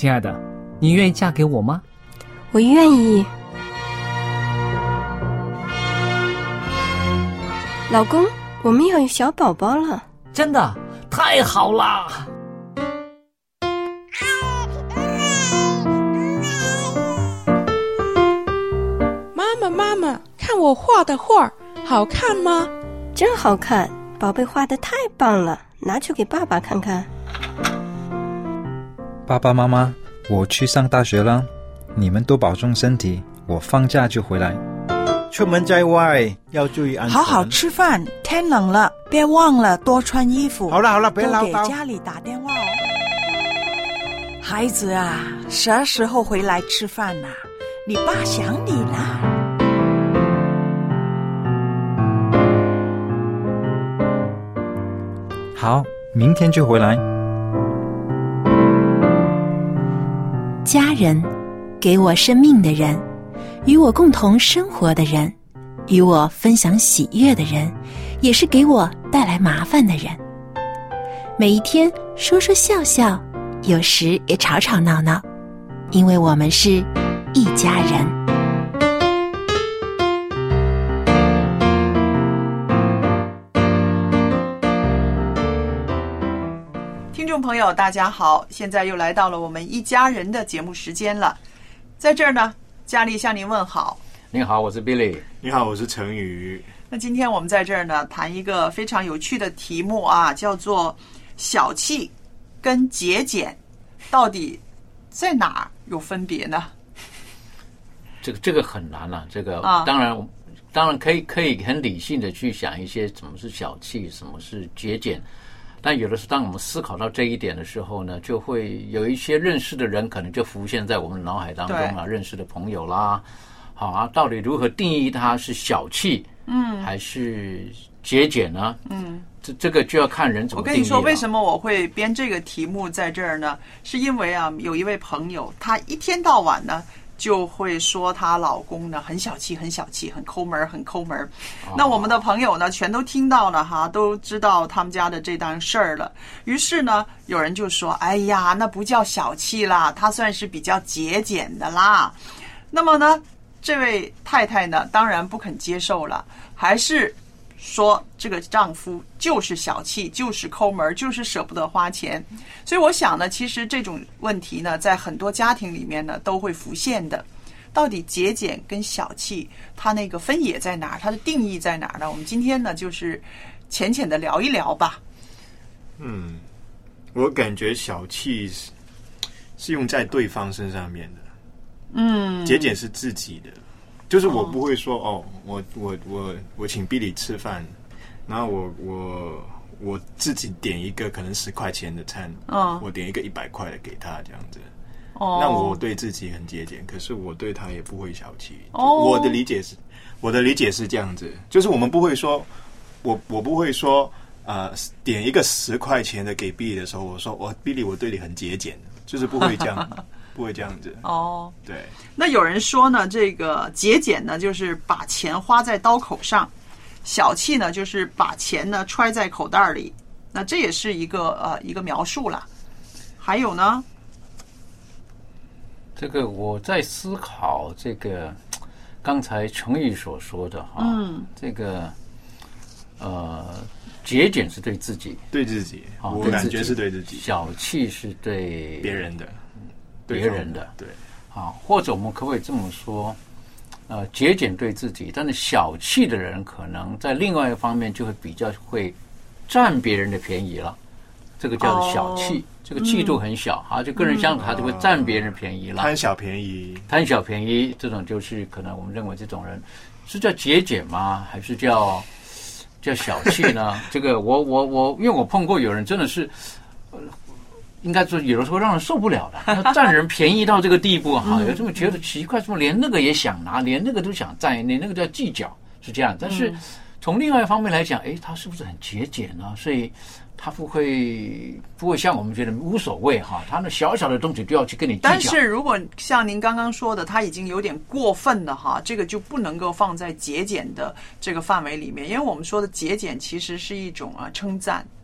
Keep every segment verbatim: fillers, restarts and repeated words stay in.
亲爱的，你愿意嫁给我吗？ 我愿意。老公，我们要有小宝宝了。 真的？太好了！ 妈妈妈妈，看我画的画好看吗？ 真好看，宝贝画得太棒了，拿去给爸爸看看。 爸爸妈妈，我去上大学了，你们多保重身体，我放假就回来。 出门在外要注意安全。 好好吃饭，天冷了，别忘了多穿衣服。 好了好了，别唠叨。 多给家里打电话哦。孩子啊，啥时候回来吃饭啊？你爸想你啦。 好，明天就回来。 家人，给我生命的人，与我共同生活的人，与我分享喜悦的人，也是给我带来麻烦的人。每一天说说笑笑，有时也吵吵闹闹，因为我们是一家人。 听众朋友大家好，现在又来到了我们一家人的节目时间了。在这儿呢，佳丽向您问好。 您好，我是 Billy。 你好，我是陈宇。 那今天我们在这儿呢，谈一个非常有趣的题目啊，叫做小气跟节俭到底在哪儿有分别呢？ 这个这个很难了、啊，这个、 啊、 当然当然可以可以很理性的去想一些什么是小气，什么是节俭。但有的时候，当我们思考到这一点的时候呢，就会有一些认识的人可能就浮现在我们的脑海当中啊，认识的朋友啦，好啊，到底如何定义它是小气，嗯，还是节俭呢？嗯，这这个就要看人怎么定义了。我跟你说， 为什么我会编这个题目在这儿呢？是因为啊，有一位朋友，他一天到晚呢就会说她老公呢很小气，很小气，很抠门，很抠门。哦、那我们的朋友呢，全都听到了哈，都知道他们家的这档事儿了。于是呢，有人就说：“哎呀，那不叫小气啦，他算是比较节俭的啦。”那么呢，这位太太呢，当然不肯接受了，还是说这个丈夫就是小气，就是抠门，就是舍不得花钱。所以我想呢，其实这种问题呢，在很多家庭里面呢都会浮现的。到底节俭跟小气它那个分野在哪儿，它的定义在哪儿呢？我们今天呢就是浅浅的聊一聊吧。 嗯，我感觉小气是是用在对方身上面的，嗯，节俭是自己的。就是我不会说 哦, 哦，我我我我请 Billy 吃饭，然后我我我自己点一个可能十块钱的餐，嗯，我点一个一百块的给他这样子，哦，那我对自己很节俭，可是我对他也不会小气。哦，我的理解是，我的理解是这样子，就是我们不会说，我我不会说，呃，点一个十块钱的给 Billy 的时候，我说我 Billy 我对你很节俭，就是不会这样。不会这样子哦， 对。 那有人说呢，这个节俭呢，就是把钱花在刀口上；小气呢，就是把钱呢揣在口袋里。那这也是一个呃一个描述了。还有呢， 这个我在思考这个刚才程宇所说的哈，嗯，这个呃节俭是对自己， 对自己，我感觉是对自己； 小气是对别人的。 别人的对啊，或者我们可不可以这么说？呃，节俭对自己，但是小气的人可能在另外一方面就会比较会占别人的便宜了，这个叫做小气，哦、这个气度很小、嗯、啊，就跟人相处他就会占别人的便宜了， 贪小便宜， 贪小便宜，这种就是可能我们认为这种人是叫节俭吗？还是叫叫小气呢？这个我我我，因为我碰过有人真的是。呃应该说，有的时候让人受不了的，占人便宜到这个地步哈，有这么觉得奇怪，怎么连那个也想拿，连那个都想占，连那个都要计较，是这样。但是从另外一方面来讲，哎，他是不是很节俭呢？所以他不会不会像我们觉得无所谓哈，他那小小的东西都要去跟你计较。 但是如果像您刚刚说的，他已经有点过分了哈，这个就不能够放在节俭的这个范围里面，因为我们说的节俭其实是一种啊称赞。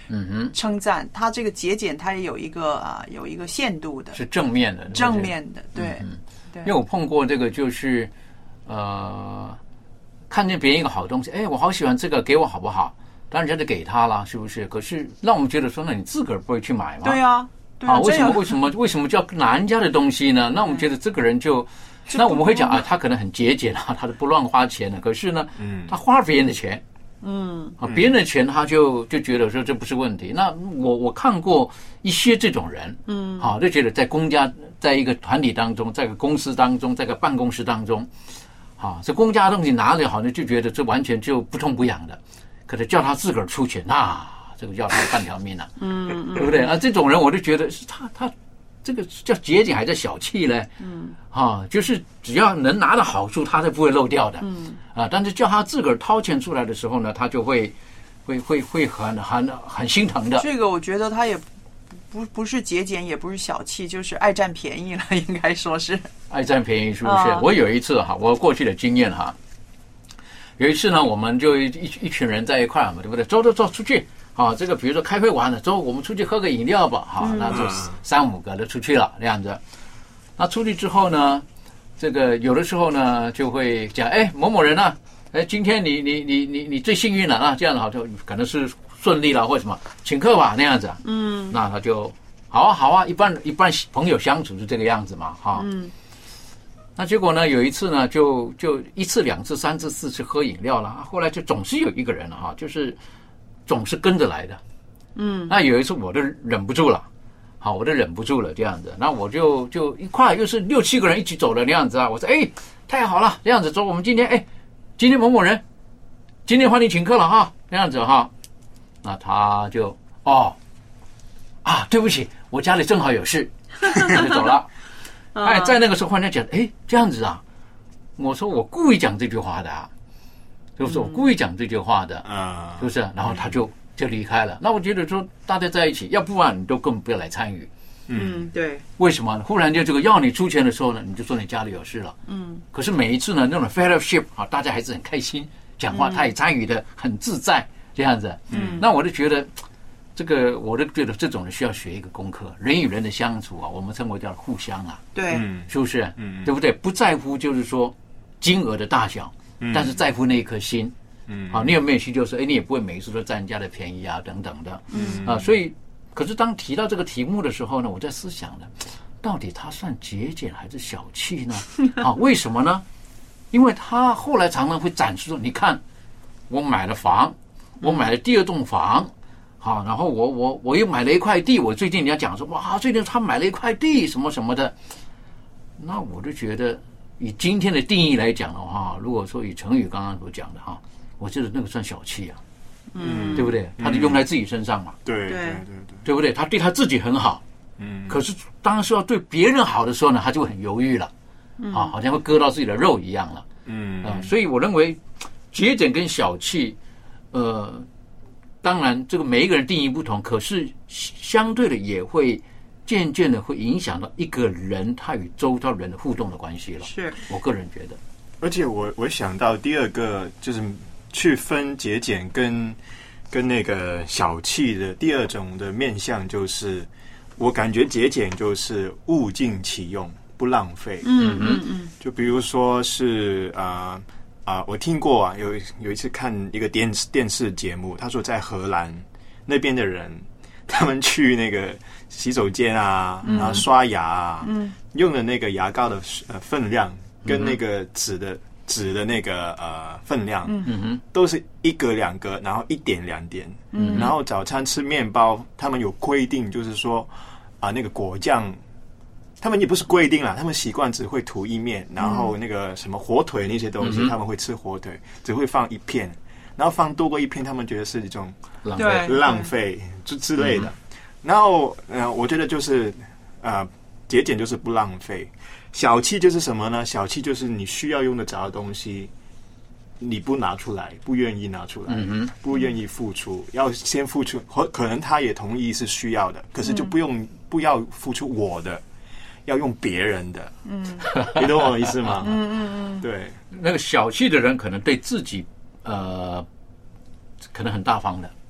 嗯哼， 称赞。他这个节俭，它也有一个啊、有一个限度的， 是正面的， 正面的，对， 嗯、 对。 因为我碰过这个，就是呃，看见别人一个好东西，哎，我好喜欢这个，给我好不好？当然就得给他了，是不是？可是让我们觉得说，那你自个儿不会去买吗？ 对啊，对啊， 啊为什么为什么为什么就要拿人家的东西呢？那我们觉得这个人就，那我们会讲啊，他可能很节俭啊，他都不乱花钱的。可是呢，嗯，他花别人的钱，嗯，啊，别人的钱他就就觉得说这不是问题。那我我看过一些这种人，嗯，好、啊，就觉得在公家，在一个团体当中，在一个公司当中，在一个办公室当中，啊，这公家的东西拿着好像就觉得这完全就不痛不痒的。可是叫他自个儿出钱，那这个要他半条命啊，嗯，对不对啊？这种人我就觉得是他他这个叫节俭还是小气呢？嗯，啊，就是只要能拿到好处，他是不会漏掉的，嗯，啊，但是叫他自个儿掏钱出来的时候呢，他就会会会会很很很心疼的。 这个我觉得他也不不是节俭，也不是小气，就是爱占便宜了，应该说是爱占便宜，是不是？啊、我有一次哈，我过去的经验哈。有一次呢，我们就一一群人在一块儿嘛，对不对？走走走，出去啊！这个比如说开会完了，走，我们出去喝个饮料吧，哈、嗯，那就三五个都出去了这样子。那出去之后呢，这个有的时候呢就会讲，哎，某某人啊，哎，今天你你你你你最幸运了啊，这样子好，就可能是顺利了或者什么，请客吧那样子。嗯，那他就好啊好啊，一般一般朋友相处是这个样子嘛，哈。嗯。那结果呢？有一次呢，就就一次、两次、三次、四次喝饮料了。后来就总是有一个人哈，就是总是跟着来的。嗯，那有一次我都忍不住了，好，我都忍不住了这样子。那我就就一块又是六七个人一起走的那样子啊。我说，哎，太好了，这样子走，我们今天哎，今天某某人，今天换你请客了哈，这样子哈。那他就哦，啊，对不起，我家里正好有事，他就走了。哎，在那个时候，忽然间讲，哎，这样子啊，我说我故意讲这句话的、啊，就是我故意讲这句话的，啊、嗯，是不是？然后他就就离开了。那我觉得说，大家在一起，要不然你都根本不要来参与。 嗯，对。 为什么？忽然间这个要你出钱的时候呢，你就说你家里有事了。嗯。可是每一次呢，那种 fellowship 啊，大家还是很开心，讲话他也参与的很自在，这样子。嗯。那我就觉得。这个我都觉得这种人需要学一个功课，人与人的相处啊，我们称为叫互相啊， 对， 是不是？嗯，对不对？不在乎就是说金额的大小，嗯、但是在乎那一颗心。嗯，好，你有没有心就是，哎，你也不会每一次都占人家的便宜啊，等等的。嗯啊，所以，可是当提到这个题目的时候呢，我在思想呢，到底他算节俭还是小气呢？啊，为什么呢？因为他后来常常会展示说，你看，我买了房，我买了第二栋房。好，然后我我我又买了一块地，我最近人家讲说，哇，最近他买了一块地什么什么的，那我就觉得以今天的定义来讲的话，如果说以成语刚刚所讲的哈，我觉得那个算小气啊，嗯，对不对？他就用在自己身上嘛， 对对对对， 对不对？他对他自己很好，嗯，可是当是要对别人好的时候呢，他就很犹豫了，啊，好像会割到自己的肉一样了，嗯啊，所以我认为节俭跟小气，呃。当然，这个每一个人定义不同，可是相对的也会渐渐的会影响到一个人他与周遭人的互动的关系了。 是我个人觉得。 而且我我想到第二个就是去分节俭跟跟那个小气的第二种的面向，就是我感觉节俭就是物尽其用，不浪费。 嗯嗯嗯。 就比如说是啊。呃啊、呃，我听过啊，有有一次看一个电视电视节目，他说在荷兰那边的人，他们去那个洗手间啊，嗯、然后刷牙啊，嗯、用的那个牙膏的呃分量跟那个纸的纸的那个呃分量，嗯哼，都是一格两格，然后一点两点，嗯，然后早餐吃面包，他们有规定，就是说啊、呃，那个果酱。他们也不是规定啦，他们习惯只会涂一面，然后那个什么火腿那些东西，嗯、他们会吃火腿，只会放一片，然后放多过一片，他们觉得是一种浪费、 浪费之之类的。嗯、然后，呃，我觉得就是呃，节俭就是不浪费，小气就是什么呢？小气就是你需要用得着的东西，你不拿出来，不愿意拿出来，嗯、不愿意付出，要先付出，可能他也同意是需要的，可是就不用、嗯、不要付出我的。要用别人的，嗯，你懂我的意思吗？ 嗯嗯嗯， 对， 那个小气的人可能对自己，呃，可能很大方的，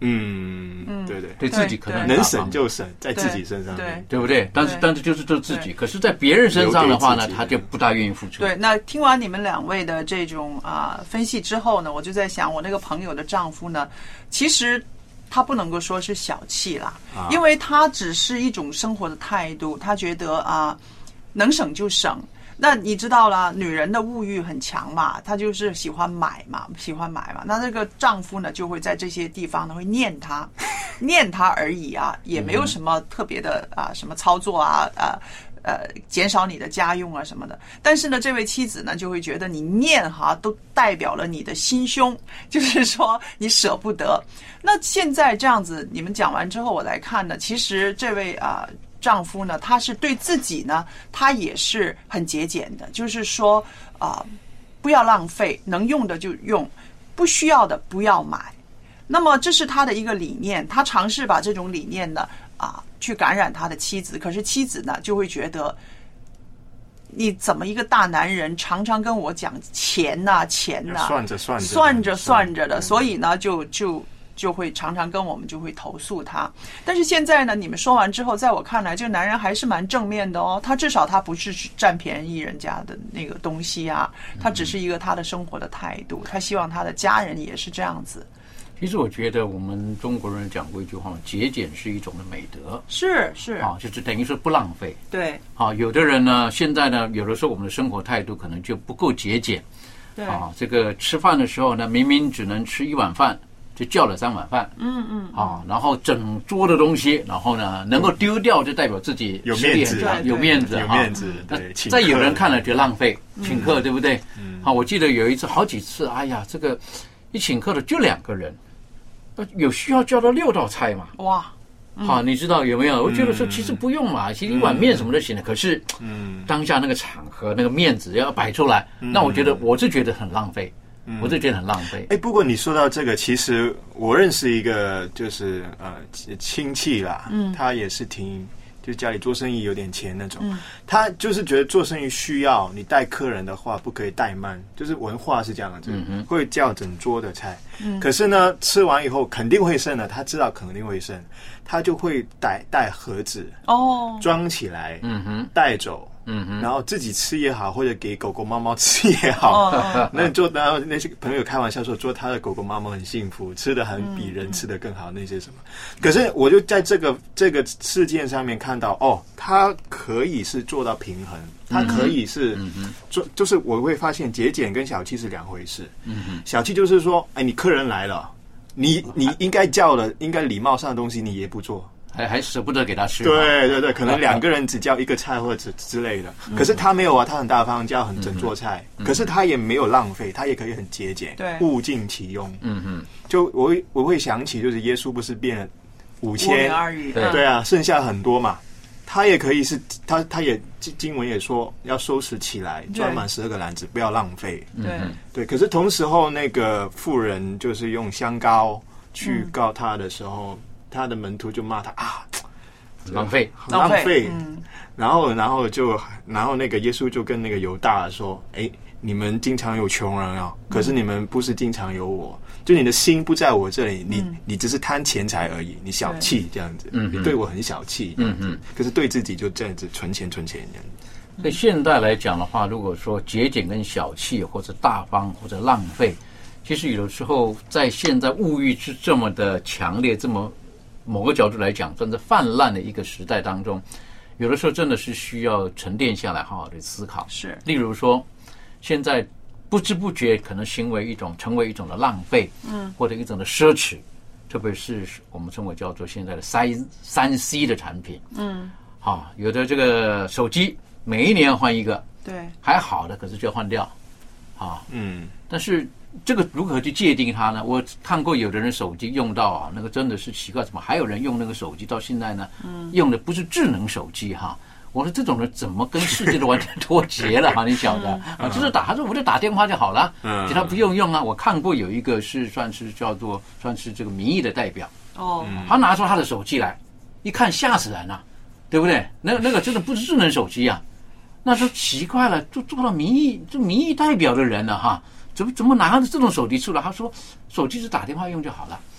嗯嗯，对对， 对自己可能能省就省在自己身上面， 对对不对？但是但是就是做自己，可是在别人身上的话呢，他就不大愿意付出。 对，那听完你们两位的这种啊、呃、分析之后呢，我就在想，我那个朋友的丈夫呢，其实他不能够说是小气啦，啊、因为他只是一种生活的态度，他觉得啊、呃、能省就省。那你知道了，女人的物欲很强嘛，她就是喜欢买嘛，喜欢买嘛。那这个丈夫呢，就会在这些地方呢会念她，念她而已啊，也没有什么特别的啊，什么操作啊，呃呃，减少你的家用啊什么的。但是呢，这位妻子呢就会觉得你念哈都代表了你的心胸，就是说你舍不得。那现在这样子，你们讲完之后，我来看呢，其实这位啊。呃丈夫呢，他是对自己呢，他也是很节俭的，就是说啊、呃，不要浪费，能用的就用，不需要的不要买。那么这是他的一个理念，他尝试把这种理念呢啊、呃、去感染他的妻子，可是妻子呢就会觉得，你怎么一个大男人常常跟我讲钱呐、啊、钱呐、啊， 算着算着算着算着的，所以呢就就。就会常常跟我们就会投诉他，但是现在呢，你们说完之后，在我看来，这个男人还是蛮正面的哦。他至少他不是占便宜人家的那个东西啊，他只是一个他的生活的态度，他希望他的家人也是这样子。 其实我觉得我们中国人讲过一句话，节俭是一种的美德， 是是啊，就是等于说不浪费。 对， 啊，有的人呢，现在呢，有的时候我们的生活态度可能就不够节俭。 对啊，这个吃饭的时候呢，明明只能吃一碗饭。就叫了三碗饭， 嗯嗯啊，然后整桌的东西，然后呢能够丢掉，就代表自己有面子， 有面子， 有面子。对， 在有人看了就浪费，请客，对不对？好，我记得有一次好几次，哎呀，这个一请客的就两个人，有需要叫到六道菜嘛？ 哇！ 好，你知道有没有？我觉得说其实不用嘛，其实一碗面什么都行的。可是，嗯，当下那个场合那个面子要摆出来，那我觉得我是觉得很浪费。我就觉得很浪费。 哎，不过你说到这个，其实我认识一个就是呃亲戚啦，嗯，他也是挺就家里做生意有点钱那种，嗯，他就是觉得做生意需要你带客人的话不可以怠慢，就是文化是这样子，嗯，会叫整桌的菜，嗯，可是呢吃完以后肯定会剩的，他知道肯定会剩，他就会带带盒子哦装起来， 嗯哼， 带走。嗯哼，然后自己吃也好，或者给狗狗、猫猫吃也好，哦、那做然后那些朋友开玩笑说，做他的狗狗、猫猫很幸福，吃的很比人吃的更好，那些什么。可是我就在这个这个事件上面看到，哦，它可以是做到平衡，它可以是做，就是我会发现节俭跟小气是两回事。嗯哼，小气就是说，哎，你客人来了，你你应该叫的，应该礼貌上的东西你也不做。 还还舍不得给他吃， 对对对，可能两个人只叫一个菜或者之类的，可是他没有啊，他很大方，叫很整桌菜，嗯、可是他也没有浪费，他也可以很节俭， 对， 物尽其用。 嗯嗯， 就我会我会想起，就是耶稣不是变了五千， 对对啊，剩下很多嘛，他也可以是，他他也经文也说要收拾起来，装满十二个篮子，不要浪费。 对对，可是同时候那个妇人就是用香膏去告他的时候。嗯他的门徒就骂他啊， 浪费， 浪费。嗯，然后，然后就，然后那个耶稣就跟那个犹大说：“哎，你们经常有穷人啊，可是你们不是经常有我，就你的心不在我这里，你、嗯、你只是贪钱财而已，你小气这样子，嗯，你对我很小气，嗯嗯，可是对自己就这样子存钱存钱这样子。” 所以现在来讲的话，如果说节俭跟小气，或者大方或者浪费，其实有的时候在现在物欲是这么的强烈，这么。某个角度来讲，算是泛滥的一个时代当中，有的时候真的是需要沉淀下来，好好的思考。 是， 例如说，现在不知不觉可能行为一种，成为一种的浪费，嗯，或者一种的奢侈，特别是我们称为叫做现在的三三 C 的产品，嗯，好，有的这个手机每一年要换一个， 对， 还好的，可是就要换掉，啊， 嗯， 但是。这个如何去界定它呢？我看过有的人手机用到啊，那个真的是奇怪，怎么还有人用那个手机到现在呢？嗯，用的不是智能手机哈。我说这种人怎么跟世界的完全脱节了哈？你晓得啊？就是打，他说我就打电话就好了，嗯，其他不用用啊。我看过有一个是算是叫做算是这个民意的代表哦，他拿出他的手机来，一看吓死人了，对不对？那那个真的不是智能手机啊，那就奇怪了，就做到民意就民意代表的人了哈。怎么怎么拿着这种手机出来？他说手机是打电话用就好了。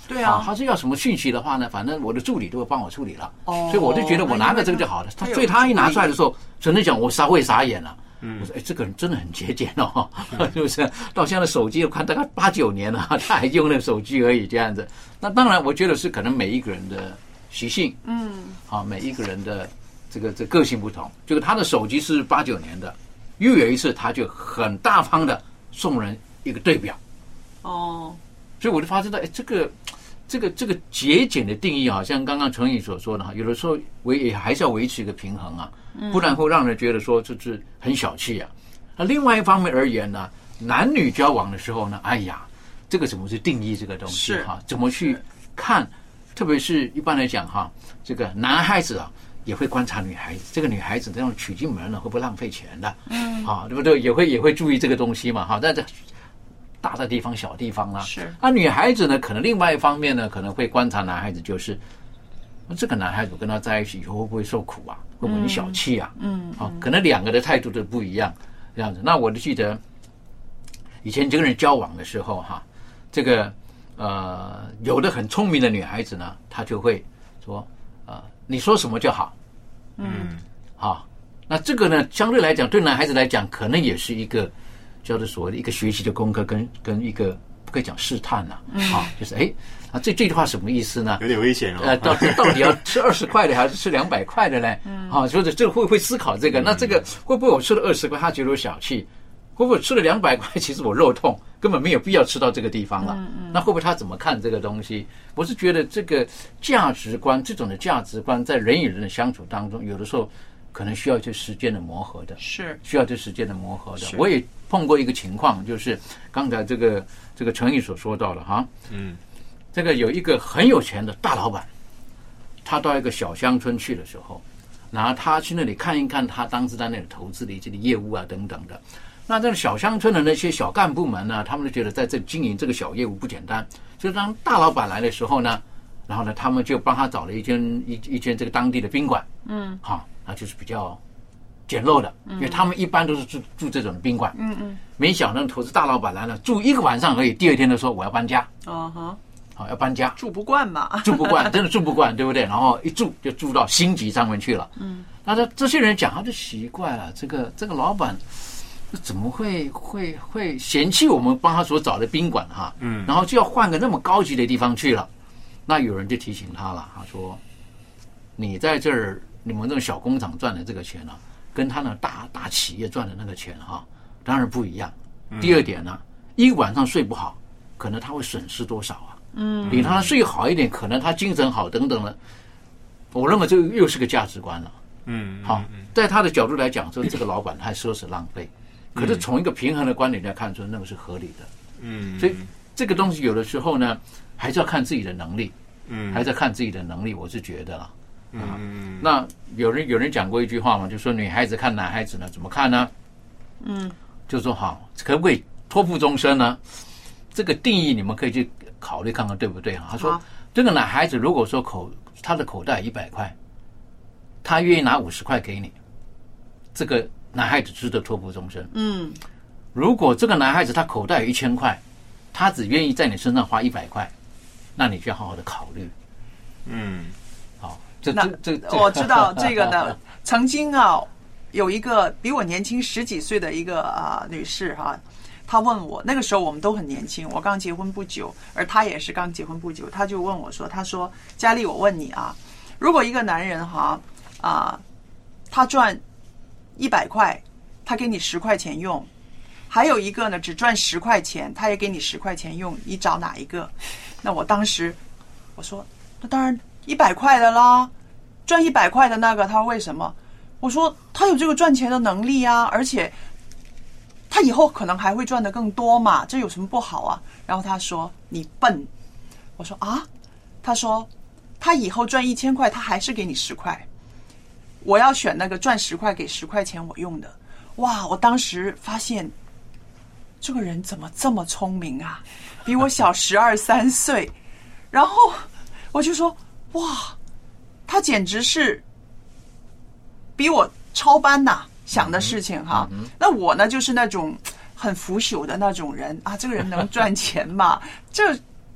对啊， 他是要什么讯息的话呢，反正我的助理都会帮我处理了。 哦， 所以我就觉得我拿个这个就好了。他所以他一拿出来的时候，真的讲我傻会傻眼了。嗯，我说哎，这个人真的很节俭哦，是不是？到现在手机看大概八九年了，他还用那个手机而已这样子。那当然，我觉得是可能每一个人的习性，嗯，啊，每一个人的这个这个性不同。就是他的手机是八九年的，又有一次他就很大方的送人一个对表。哦，所以我就发现到，哎，这个。这个这个节俭的定义啊，像刚刚程宇所说的哈，有的时候维也还是要维持一个平衡啊，不然会让人觉得说这是很小气啊。那另外一方面而言呢，男女交往的时候呢，哎呀，这个怎么去定义这个东西哈？怎么去看？特别是一般来讲哈，这个男孩子啊也会观察女孩子，这个女孩子这种娶进门了会不会浪费钱的？嗯，啊，对不对？也会也会注意这个东西嘛，哈，但这。大的地方、小地方啦、啊，是。那、啊、女孩子呢，可能另外一方面呢，可能会观察男孩子，就是这个男孩子跟他在一起以后会不会受苦啊，会不会很小气啊？嗯，啊，可能两个的态度都不一样，这样子。那我就记得以前跟人交往的时候哈，这个呃，有的很聪明的女孩子呢，她就会说呃，你说什么就好，嗯，好。那这个呢，相对来讲，对男孩子来讲，可能也是一个。叫做所谓的一个学习的功课，跟跟一个不可以讲试探呐、啊，嗯、啊，就是哎啊，这这句话什么意思呢？ 有点危险哦。 呃，到底到底要吃二十块的还是吃两百块的呢？嗯，啊，所以这个会会思考这个，嗯、那这个会不会我吃了二十块，他觉得我小气？会不会吃了两百块，其实我肉痛，根本没有必要吃到这个地方了？嗯嗯，那会不会他怎么看这个东西？我是觉得这个价值观，这种的价值观，在人与人的相处当中，有的时候。可能需要一些时间的磨合的，是需要一些时间的磨合的。我也碰过一个情况，就是刚才这个这个程宇所说到的哈，嗯，这个有一个很有钱的大老板，他到一个小乡村去的时候，然后他去那里看一看他当时在那里投资的一些业务啊等等的。那这个小乡村的那些小干部们呢，他们就觉得在这经营这个小业务不简单，所以当大老板来的时候呢，然后呢，他们就帮他找了一间一一间这个当地的宾馆，嗯，好。那就是比较简陋的，因为他们一般都是住住这种宾馆。嗯嗯。没想到投资大老板来了，住一个晚上而已，第二天就说我要搬家。哦哈。好，要搬家。 住不惯嘛。 住不惯，真的住不惯，对不对？然后一住就住到星级上面去了。嗯。那这这些人讲，他就奇怪了，这个这个老板怎么会会会嫌弃我们帮他所找的宾馆哈？嗯。然后就要换个那么高级的地方去了。那有人就提醒他了，他说：“你在这儿。”你们这种小工厂赚的这个钱啊，跟他那大大企业赚的那个钱哈、啊，当然不一样。嗯、第二点呢，一晚上睡不好，可能他会损失多少啊？嗯，比他睡好一点，可能他精神好等等的。我认为这又是个价值观了。嗯，好，在他的角度来讲，说这个老板太奢侈浪费，可是从一个平衡的观点来看，说那个是合理的。嗯，所以这个东西有的时候呢，还是要看自己的能力。嗯，还是要看自己的能力，我是觉得啦。嗯，那有人有人讲过一句话嘛，就说女孩子看男孩子呢，怎么看呢？嗯，就说好，可不可以托付终身呢？这个定义你们可以去考虑看看对不对啊？他说，这个男孩子如果说口他的口袋一百块，他愿意拿五十块给你，这个男孩子值得托付终身。嗯，如果这个男孩子他口袋有一千块，他只愿意在你身上花一百块，那你就要好好的考虑。嗯。 那我知道这个呢，曾经啊，有一个比我年轻十几岁的一个啊、呃、女士哈、啊，她问我，那个时候我们都很年轻，我刚结婚不久，而她也是刚结婚不久，她就问我说，她说佳丽，我问你啊，如果一个男人哈啊，他赚一百块，他给你十块钱用，还有一个呢只赚十块钱，他也给你十块钱用，你找哪一个？那我当时我说，那当然。一百块的啦，赚一百块的那个，他说为什么？我说他有这个赚钱的能力啊，而且他以后可能还会赚得更多嘛，这有什么不好啊？然后他说你笨，我说啊，他说他以后赚一千块，他还是给你十块，我要选那个赚十块给十块钱我用的。哇，我当时发现这个人怎么这么聪明啊，比我小十二三岁，然后我就说。哇，他简直是比我超班呐、啊！想的事情哈，嗯嗯、那我呢就是那种很腐朽的那种人啊。这个人能赚钱吗？这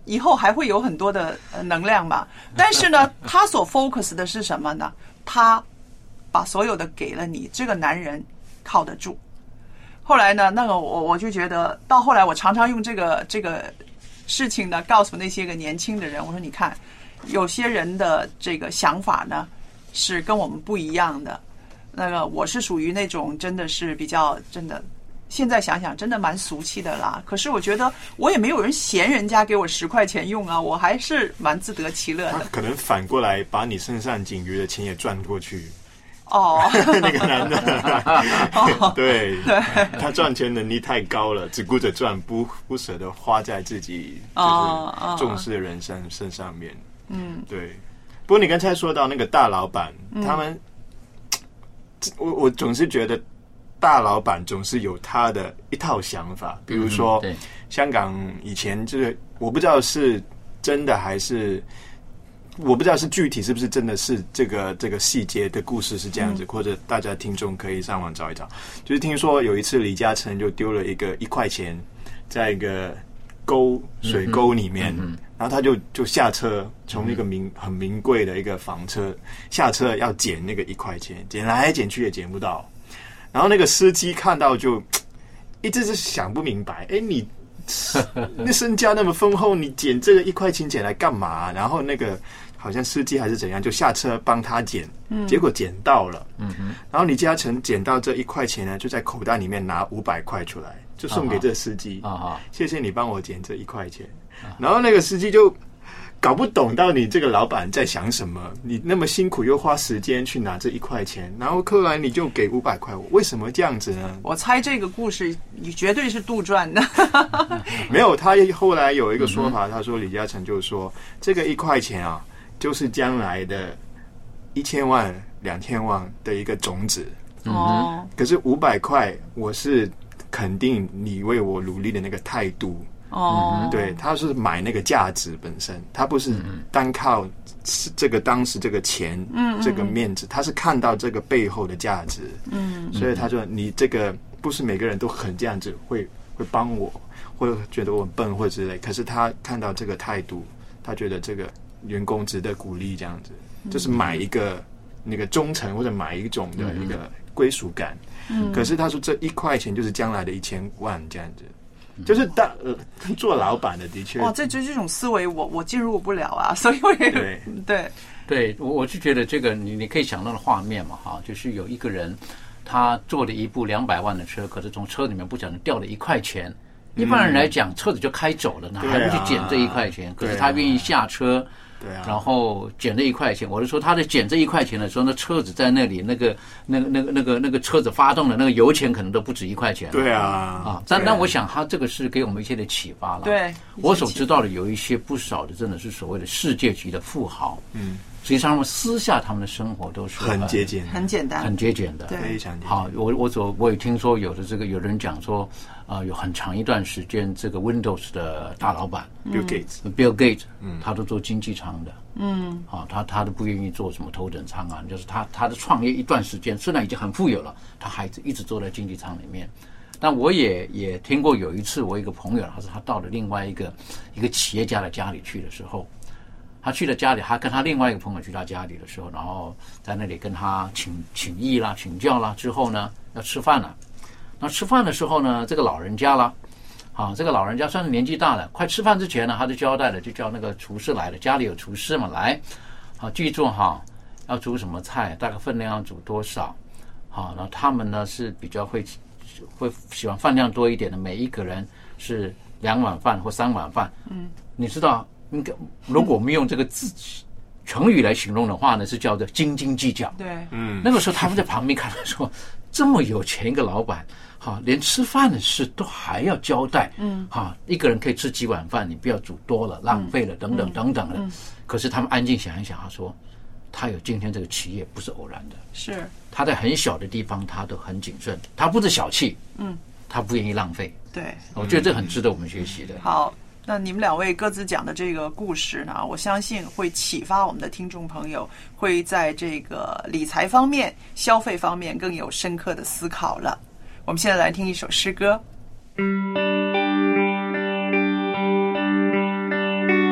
以后还会有很多的能量嘛。但是呢，他所 focus 的是什么呢？他把所有的给了你，这个男人靠得住。后来呢，那个我我就觉得，到后来我常常用这个这个事情呢，告诉那些个年轻的人，我说你看，有些人的这个想法呢是跟我们不一样的。那个我是属于那种真的是比较真的。现在想想真的蛮俗气的啦，可是我觉得我也没有人嫌人家给我十块钱用啊，我还是蛮自得其乐的。 他可能反过来把你身上仅余的钱也赚过去。 哦， 那个男的， 哦、 对，对，他赚钱能力太高了，只顾着赚，不不舍得花在自己就是重视的人身身上面。嗯，对。不过你刚才说到那个大老板，嗯、他们，我我总是觉得。大老板总是有他的一套想法，比如说，嗯、香港以前就是我不知道是真的还是我不知道是具体是不是真的是这个这个细节的故事是这样子，嗯、或者大家听众可以上网找一找。就是听说有一次李嘉诚就丢了一个一块钱在一个沟水沟里面，嗯嗯、然后他就就下车，从一个名很名贵的一个房车下车要捡那个一块钱，捡来捡去也捡不到。然后那个司机看到就一直是想不明白，哎，你那身家那么丰厚，你捡这个一块钱捡来干嘛？然后那个好像司机还是怎样，就下车帮他捡，嗯、结果捡到了。嗯哼。然后李嘉诚捡到这一块钱呢，就在口袋里面拿五百块出来，就送给这司机。啊哈，谢谢你帮我捡这一块钱。然后那个司机就搞不懂到你这个老板在想什么，你那么辛苦又花时间去拿这一块钱，然后后来你就给五百块，为什么这样子呢？ 我猜这个故事你绝对是杜撰的。 没有，他后来有一个说法，他说李嘉诚就说这个一块钱啊，就是将来的一千万、两千万的一个种子。哦，可是五百块，我是肯定你为我努力的那个态度。哦、嗯，对，他是买那个价值本身，他不是单靠这个当时这个钱，嗯，这个面子，他是看到这个背后的价值，嗯，所以他说你这个不是每个人都很这样子会会帮我，或者觉得我很笨或者之类，可是他看到这个态度，他觉得这个员工值得鼓励，这样子，就是买一个那个忠诚或者买一种的一个归属感，嗯，可是他说这一块钱就是将来的一千万这样子。就是大呃做老板的的确哇，这这这种思维我我进入不了啊，所以我也对对对，我我就觉得这个你你可以想到的画面嘛哈，就是有一个人他坐了一部两百万的车，可是从车里面不小心掉了一块钱，嗯、一般人来讲车子就开走了呢，还不去捡这一块钱，可是他愿意下车。对啊，然后捡这一块钱，我是说他在捡这一块钱的时候，那车子在那里，那个、那个、那个、那个、那个车子发动的那个油钱可能都不止一块钱。 对啊， 啊，但但我想他这个是给我们一些的启发了。 对， 我所知道的有一些不少的，真的是所谓的世界级的富豪。嗯，实际上他们私下他们的生活都是很节俭、 很简单、 很节俭的， 非常好。我我所我也听说有的这个有人讲说。啊、呃，有很长一段时间，这个 Windows 的大老板 Bill Gates，Bill Gates， 嗯，他都做经济舱的，嗯，啊，他他都不愿意做什么头等舱啊，就是他他的创业一段时间，虽然已经很富有了，他还是一直坐在经济舱里面。但我也也听过有一次，我一个朋友，他说他到了另外一个一个企业家的家里去的时候，他去了家里，他跟他另外一个朋友去他家里的时候，然后在那里跟他请请益啦、请教啦，之后呢要吃饭了。那吃饭的时候呢，这个老人家啦，啊，这个老人家算是年纪大了，快吃饭之前呢，他就交代了，就叫那个厨师来了，家里有厨师嘛，来，好，记住哈，要煮什么菜，大概分量要煮多少，好，然后他们呢是比较会会喜欢饭量多一点的，每一个人是两碗饭或三碗饭，嗯，你知道，应该如果我们用这个字成语来形容的话呢，是叫做斤斤计较， 对， 嗯，那个时候他们在旁边看到说，这么有钱一个老板。哈，连吃饭的事都还要交代，嗯，哈，一个人可以吃几碗饭，你不要煮多了，浪费了，等等等等的。嗯嗯、可是他们安静想一想，他说，他有今天这个企业不是偶然的， 是他在很小的地方他都很谨慎，他不是小气，嗯，他不愿意浪费。 对， 我觉得这很值得我们学习的。 好，那你们两位各自讲的这个故事呢，我相信会启发我们的听众朋友，会在这个理财方面、消费方面更有深刻的思考了。我们现在来听一首诗歌。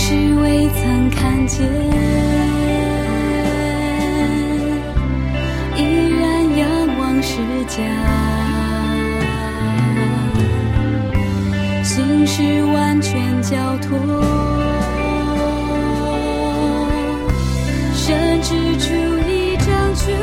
时未曾看见，依然仰望世家，心事完全交托，甚至出一张权，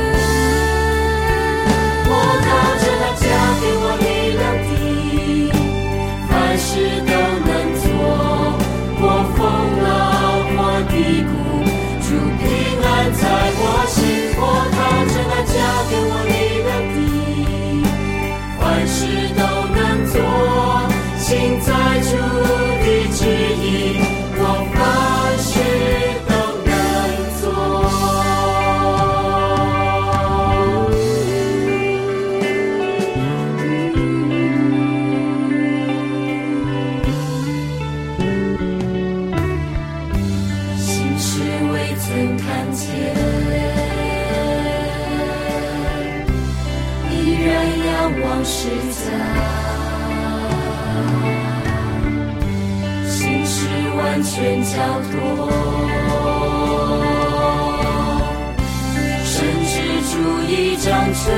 我靠着那加给我力量的，凡事都能做，过风浪或低谷，主平安在我心。我靠着那加给我力量的，凡事都能做，心在主的旨意，我凡事都能做。心事未曾看见，依然仰望世家，心事完全交托，甚至主一掌权。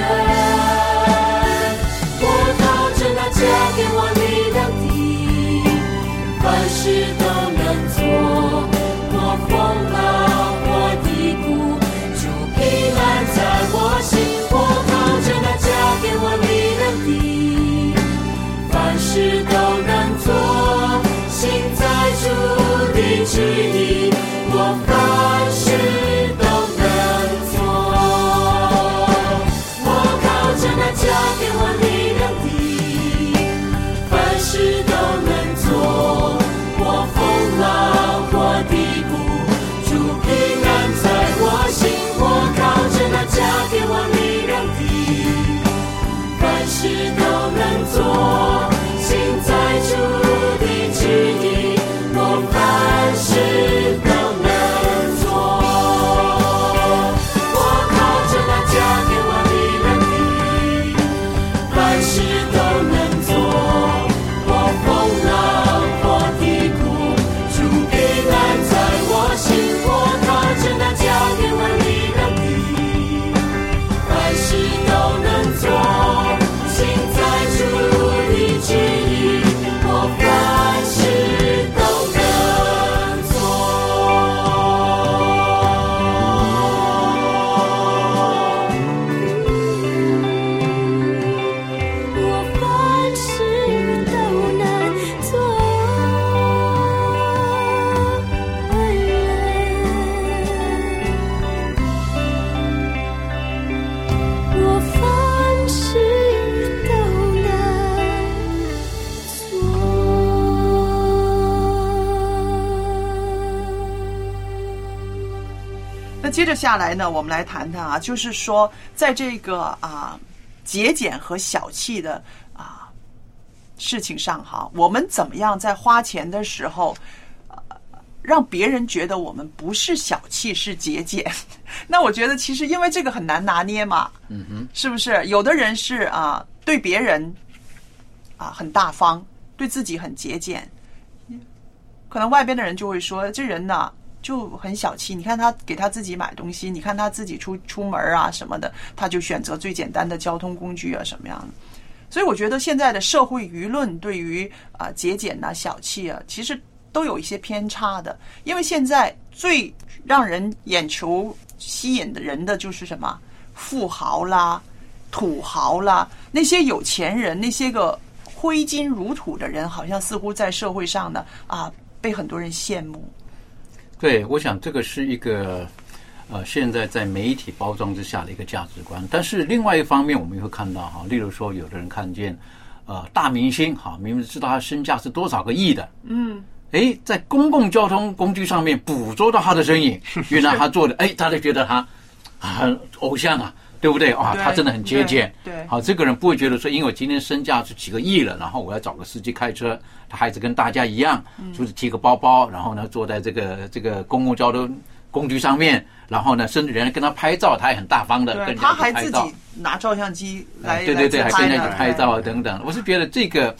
我靠着那加给我力量的，凡事都能做，过风浪或低谷，主平安在我心。我靠着那加给我力量的，凡事都能做，心在主的旨意，我凡事都能做。我靠着那加给我力量的，凡事都能做，过风浪或低谷，主平安在我心。我靠着那加给我力量的，凡事都能做，心在主的旨意，我凡事都能做。我靠着那加给我力量的，凡事都能做，过风浪或低谷，主平安在我心。我靠着那加给我力量的，凡事都能做，心在主的旨意，我凡事都能做。 我凡事都能做，我凡事都能那接着下来呢，我们来谈谈啊，就是说，在这个啊节俭和小气的啊事情上哈，我们怎么样在花钱的时候，呃，让别人觉得我们不是小气，是节俭？那我觉得其实因为这个很难拿捏嘛， 嗯哼， 是不是？有的人是啊，对别人啊很大方，对自己很节俭，可能外边的人就会说这人呢就很小气，你看他给他自己买东西，你看他自己出出门啊什么的，他就选择最简单的交通工具啊什么样的。所以我觉得现在的社会舆论对于啊、呃、节俭啊小气啊，其实都有一些偏差的。因为现在最让人眼球吸引的人的就是什么富豪啦、土豪啦，那些有钱人，那些个挥金如土的人，好像似乎在社会上呢啊被很多人羡慕。 对，我想这个是一个呃，现在在媒体包装之下的一个价值观。但是另外一方面，我们也会看到哈，例如说，有的人看见呃大明星哈，明明知道他身价是多少个亿的， 嗯， 哎，在公共交通工具上面捕捉到他的身影，原来他做的，哎，大家觉得他很偶像啊，对不对啊？他真的很节俭。 对， 好，这个人不会觉得说，因为我今天身价是几个亿了，然后我要找个司机开车，他还是跟大家一样，就是提个包包，然后呢坐在这个这个公共交通工具上面，然后呢，甚至人跟他拍照，他也很大方的跟人家去拍照， 他还自己拿照相机来， 对对对，还跟人家去拍照啊等等等。我是觉得这个，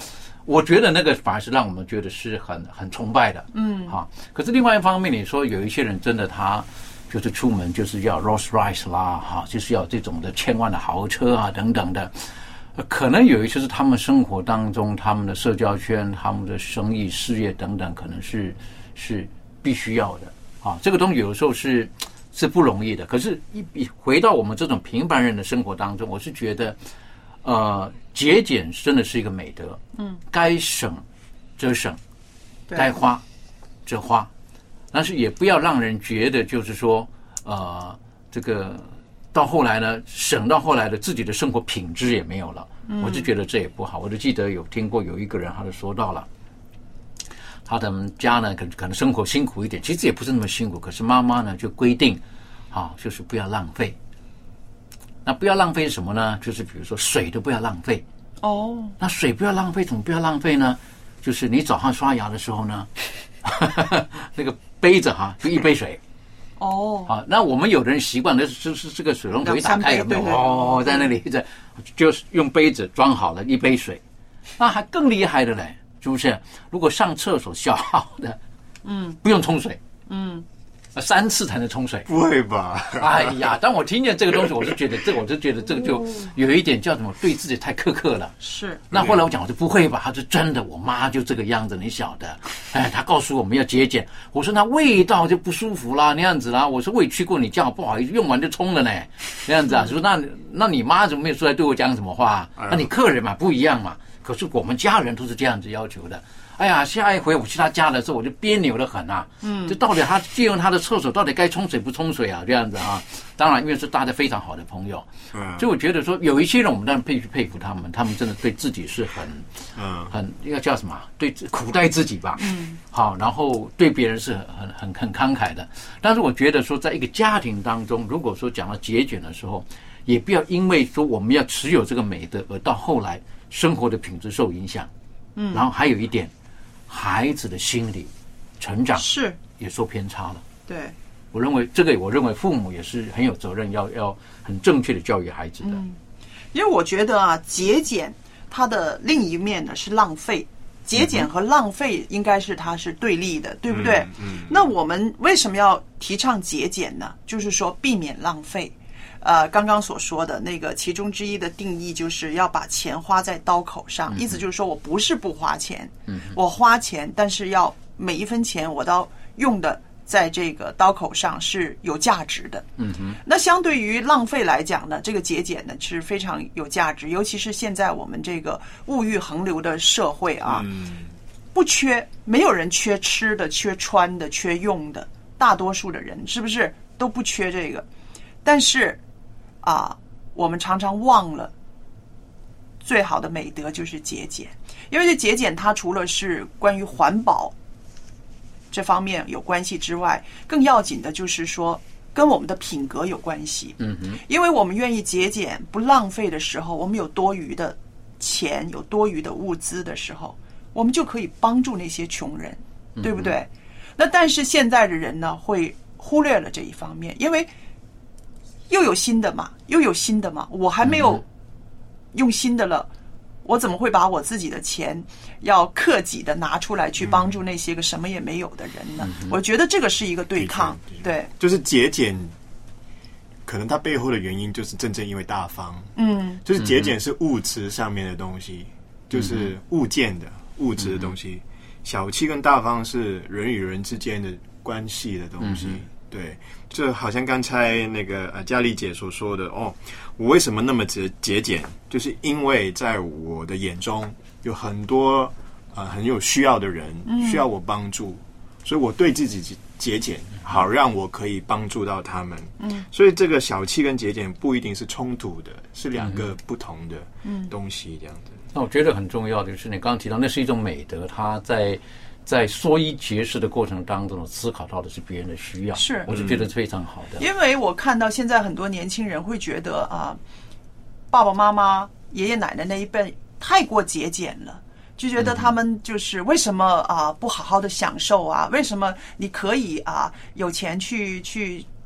我觉得那个反而是让我们觉得是很很崇拜的， 嗯， 哈。可是另外一方面，你说有一些人真的他就是出门就是要 Rolls Royce 啦，哈，就是要这种的千万的豪车啊等等的。可能有一些是他们生活当中，他们的社交圈、他们的生意、事业等等，可能是是必须要的啊。这个东西有的时候是是不容易的。可是，一回到我们这种平凡人的生活当中，我是觉得，呃，节俭真的是一个美德。 嗯， 该省则省，该花则花，但是也不要让人觉得就是说，呃，这个。到后来呢，省到后来的自己的生活品质也没有了，嗯、我就觉得这也不好。我就记得有听过有一个人，他就说到了，他的家呢可可能生活辛苦一点，其实也不是那么辛苦，可是妈妈呢就规定，啊，就是不要浪费。那不要浪费什么呢？就是比如说水都不要浪费。 哦， 那水不要浪费，怎么不要浪费呢？就是你早上刷牙的时候呢，那个杯子哈、啊，就一杯水。 哦， 好，那我们有的人习惯的是是这个水龙头一打开有没有？哦，在那里在就是用杯子装好了一杯水，那还更厉害的嘞，是不是？如果上厕所消耗的， 嗯， 不用冲水， 嗯， 三次才能冲水， 不会吧？ 哎呀，当我听见这个东西，我就觉得这个，我就觉得这个就有一点叫什么，对自己太苛刻了。 是。 那后来我讲，我就不会吧？他说真的，我妈就这个样子，你晓得。哎，她告诉我们要节俭。我说那味道就不舒服啦，那样子啦。我说我也去过你家，不好意思，用完就冲了呢，那样子啊。说那那你妈怎么没有出来对我讲什么话？那你客人嘛不一样嘛。可是我们家人都是这样子要求的。哎呀，下一回我去他家的时候，我就别扭得很啊。嗯，这到底他借用他的厕所，到底该冲水不冲水啊？这样子啊。当然，因为是大家非常好的朋友，嗯，所以我觉得说有一些人，我们当然必须佩服他们，他们真的对自己是很，嗯，很应该叫什么？对苦待自己吧。嗯，好，然后对别人是很很很慷慨的。但是我觉得说，在一个家庭当中，如果说讲到节俭的时候，也不要因为说我们要持有这个美德，而到后来生活的品质受影响。嗯，然后还有一点。孩子的心理成长是也受偏差了。 对， 我认为这个，我认为父母也是很有责任，要要很正确的教育孩子的。 嗯，因为我觉得啊，节俭它的另一面呢是浪费，节俭和浪费应该是它是对立的，嗯、对不对？嗯。那我们为什么要提倡节俭呢？就是说避免浪费。呃，刚刚所说的那个其中之一的定义，就是要把钱花在刀口上，嗯、意思就是说我不是不花钱，嗯，我花钱，但是要每一分钱我都用的在这个刀口上是有价值的，嗯哼。那相对于浪费来讲呢，这个节俭呢是非常有价值，尤其是现在我们这个物欲横流的社会啊，嗯、不缺，没有人缺吃的、缺穿的、缺用的，大多数的人是不是都不缺这个？但是啊，我们常常忘了最好的美德就是节俭，因为这节俭它除了是关于环保这方面有关系之外，更要紧的就是说跟我们的品格有关系。嗯哼，因为我们愿意节俭不浪费的时候，我们有多余的钱，有多余的物资的时候，我们就可以帮助那些穷人，对不对？嗯、那但是现在的人呢，会忽略了这一方面，因为又有新的嘛，又有新的嘛，我还没有用新的了，我怎么会把我自己的钱要克己的拿出来去帮助那些个什么也没有的人呢？嗯、我觉得这个是一个对抗，对， 就是节俭，可能它背后的原因就是真正因为大方，嗯，就是节俭是物质上面的东西，嗯、就是物件的物质的东西，嗯、小气跟大方是人与人之间的关系的东西。嗯对，就好像刚才那个呃佳丽姐所说的哦，我为什么那么节节俭？就是因为在我的眼中有很多呃很有需要的人需要我帮助，嗯、所以我对自己节俭，好让我可以帮助到他们。嗯，所以这个小气跟节俭不一定是冲突的，是两个不同的东西这样子。 那我觉得很重要的就是你刚刚提到，那是一种美德，它在。在缩衣节食的过程当中，思考到的是别人的需要， 是， 我就觉得是非常好的。 因为我看到现在很多年轻人会觉得啊，爸爸妈妈、爷爷奶奶那一辈太过节俭了，就觉得他们就是为什么啊不好好的享受啊？为什么你可以啊有钱去去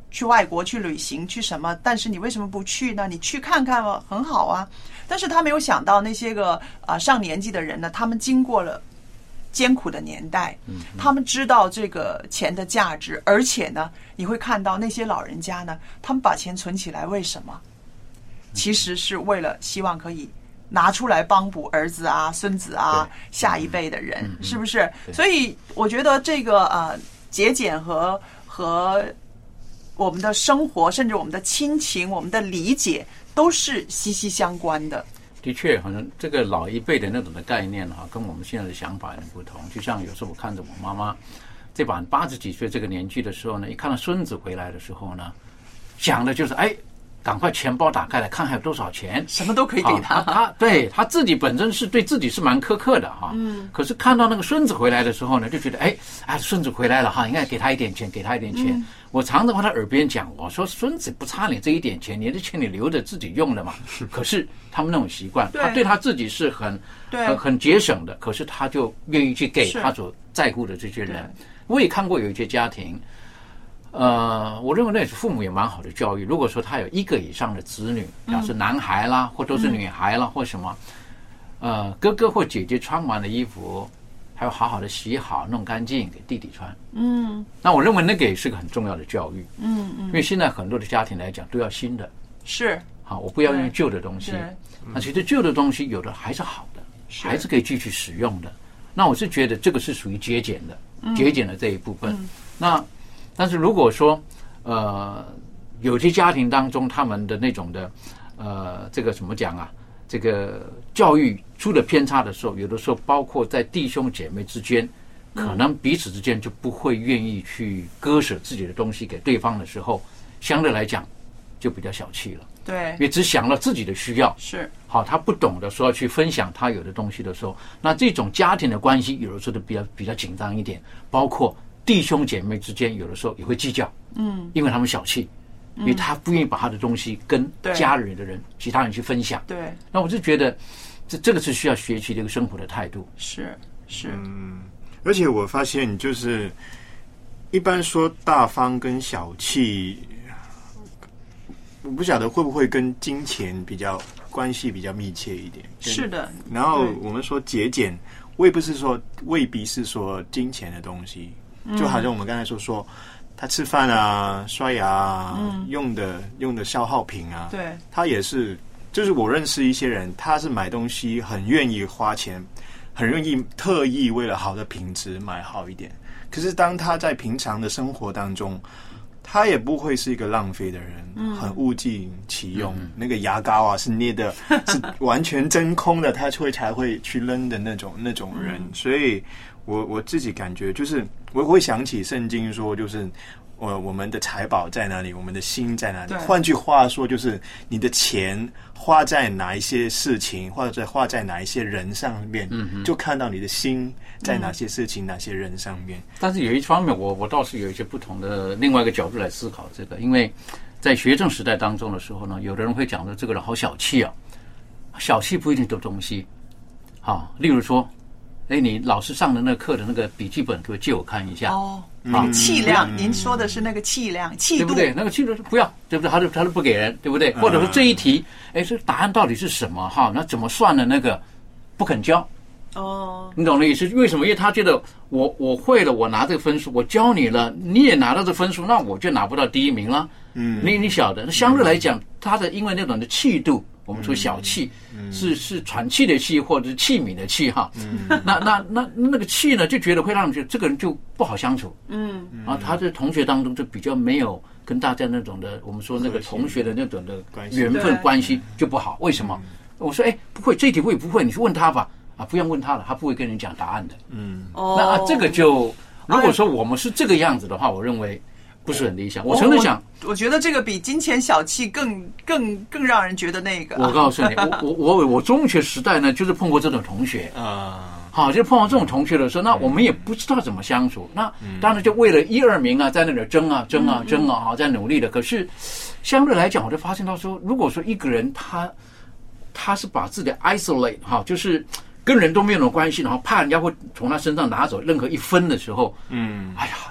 去外国去旅行去什么，但是你为什么不去呢？你去看看吧，很好啊。但是他没有想到那些个啊、呃、上年纪的人呢，他们经过了艰苦的年代，他们知道这个钱的价值，而且呢，你会看到那些老人家呢，他们把钱存起来，为什么？其实是为了希望可以拿出来帮补儿子啊、孙子啊、下一辈的人，是不是？所以我觉得这个呃节俭和和我们的生活，甚至我们的亲情、我们的理解，都是息息相关的。 的确，好像这个老一辈的那种的概念哈，跟我们现在的想法有点不同。就像有时候我看着我妈妈这把八十几岁这个年纪的时候呢，一看到孙子回来的时候呢，想的就是哎，赶快钱包打开来看还有多少钱， 什么都可以给他。 他对他自己本身是对自己是蛮苛刻的哈，嗯。可是看到那个孙子回来的时候呢，就觉得哎啊，孙子回来了哈，应该给他一点钱，给他一点钱。嗯、我常常在他耳边讲，我说孙子不差你这一点钱，你的钱你留着自己用的嘛。可是他们那种习惯，他对他自己是很很很节省的，可是他就愿意去给他所在乎的这些人。我也看过有一些家庭。呃，我认为那是父母也蛮好的教育。如果说他有一个以上的子女，要是男孩啦，或都是女孩啦，或什么，呃，哥哥或姐姐穿完的衣服，还要好好的洗好、弄干净给弟弟穿。嗯，那我认为那个也是个很重要的教育。嗯嗯，因为现在很多的家庭来讲都要新的， 是好，我不要用旧的东西。那其实旧的东西有的还是好的，还是可以继续使用的。那我是觉得这个是属于节俭的，节俭的这一部分。那但是如果说，呃，有些家庭当中他们的那种的，呃，这个怎么讲啊？这个教育出了偏差的时候，有的时候包括在弟兄姐妹之间，可能彼此之间就不会愿意去割舍自己的东西给对方的时候，相对来讲就比较小气了。 对， 因为只想了自己的需要， 是好，他不懂得说要去分享他有的东西的时候，那这种家庭的关系有的时候都比较比较紧张一点，包括弟兄姐妹之间有的时候也会计较，嗯，因为他们小气，因为他不愿意把他的东西跟家人的人、其他人去分享。 对， 那我就觉得这这个是需要学习的一个生活的态度。 是是， 嗯，而且我发现就是一般说大方跟小气，我不晓得会不会跟金钱比较关系比较密切一点。 是的， 然后我们说节俭，我也不是说未必是说金钱的东西。就好像我们刚才说说，他吃饭啊、刷牙啊、嗯、用的用的消耗品啊， 对， 他也是。就是我认识一些人，他是买东西很愿意花钱，很愿意特意为了好的品质买好一点。可是当他在平常的生活当中，他也不会是一个浪费的人，嗯、很物尽其用。嗯、那个牙膏啊是捏的，是完全真空的，他会才会去扔的那种那种人，嗯、所以。我我自己感觉就是，我会想起圣经说，就是我我们的财宝在哪里，我们的心在哪里。换句话说，就是你的钱花在哪一些事情，或者花在哪一些人上面，嗯、就看到你的心在哪些事情、嗯、哪些人上面。 但是有一方面，我我倒是有一些不同的另外一个角度来思考这个，因为在学生时代当中的时候呢，有的人会讲说这个人好小气啊，小气不一定得东西。好，例如说。哎，你老师上的那个课的那个笔记本，可不可以借我看一下？ 哦，那个气量，嗯、您说的是那个气量、气度， 对不对？那个气度不要，对不对？他都他都不给人，对不对？或者说这一题，哎，这答案到底是什么？哈，那怎么算的？那个不肯教。哦，你懂的意思？为什么？因为他觉得我我会了，我拿这个分数，我教你了，你也拿到这分数，那我就拿不到第一名了。嗯，你你晓得，那相对来讲，他的因为那种的气度。我们说小气，嗯、是是喘气的气，或者是器皿的气哈。嗯、那那那那个气呢，就觉得会让人觉得这个人就不好相处。嗯，然后他在同学当中就比较没有跟大家那种的，我们说那个同学的那种的缘分关系就不好。为什么？我说哎，不会，这一题我也不会，你去问他吧。啊，不用问他了，他不会跟你讲答案的。嗯，那、啊、这个就如果说我们是这个样子的话，我认为。不是很理想，我真的想我，我觉得这个比金钱小气更更更让人觉得那个。 我告诉你，我我我我中学时代呢，就是碰过这种同学啊，好，就碰到这种同学的时候，那我们也不知道怎么相处，那当然就为了一二名啊，在那里争啊争啊争啊，在努力的。可是相对来讲，我就发现到说，如果说一个人他他是把自己 isolate 哈，就是跟人都没有什么关系，然后怕人家会从他身上拿走任何一分的时候，嗯，哎呀。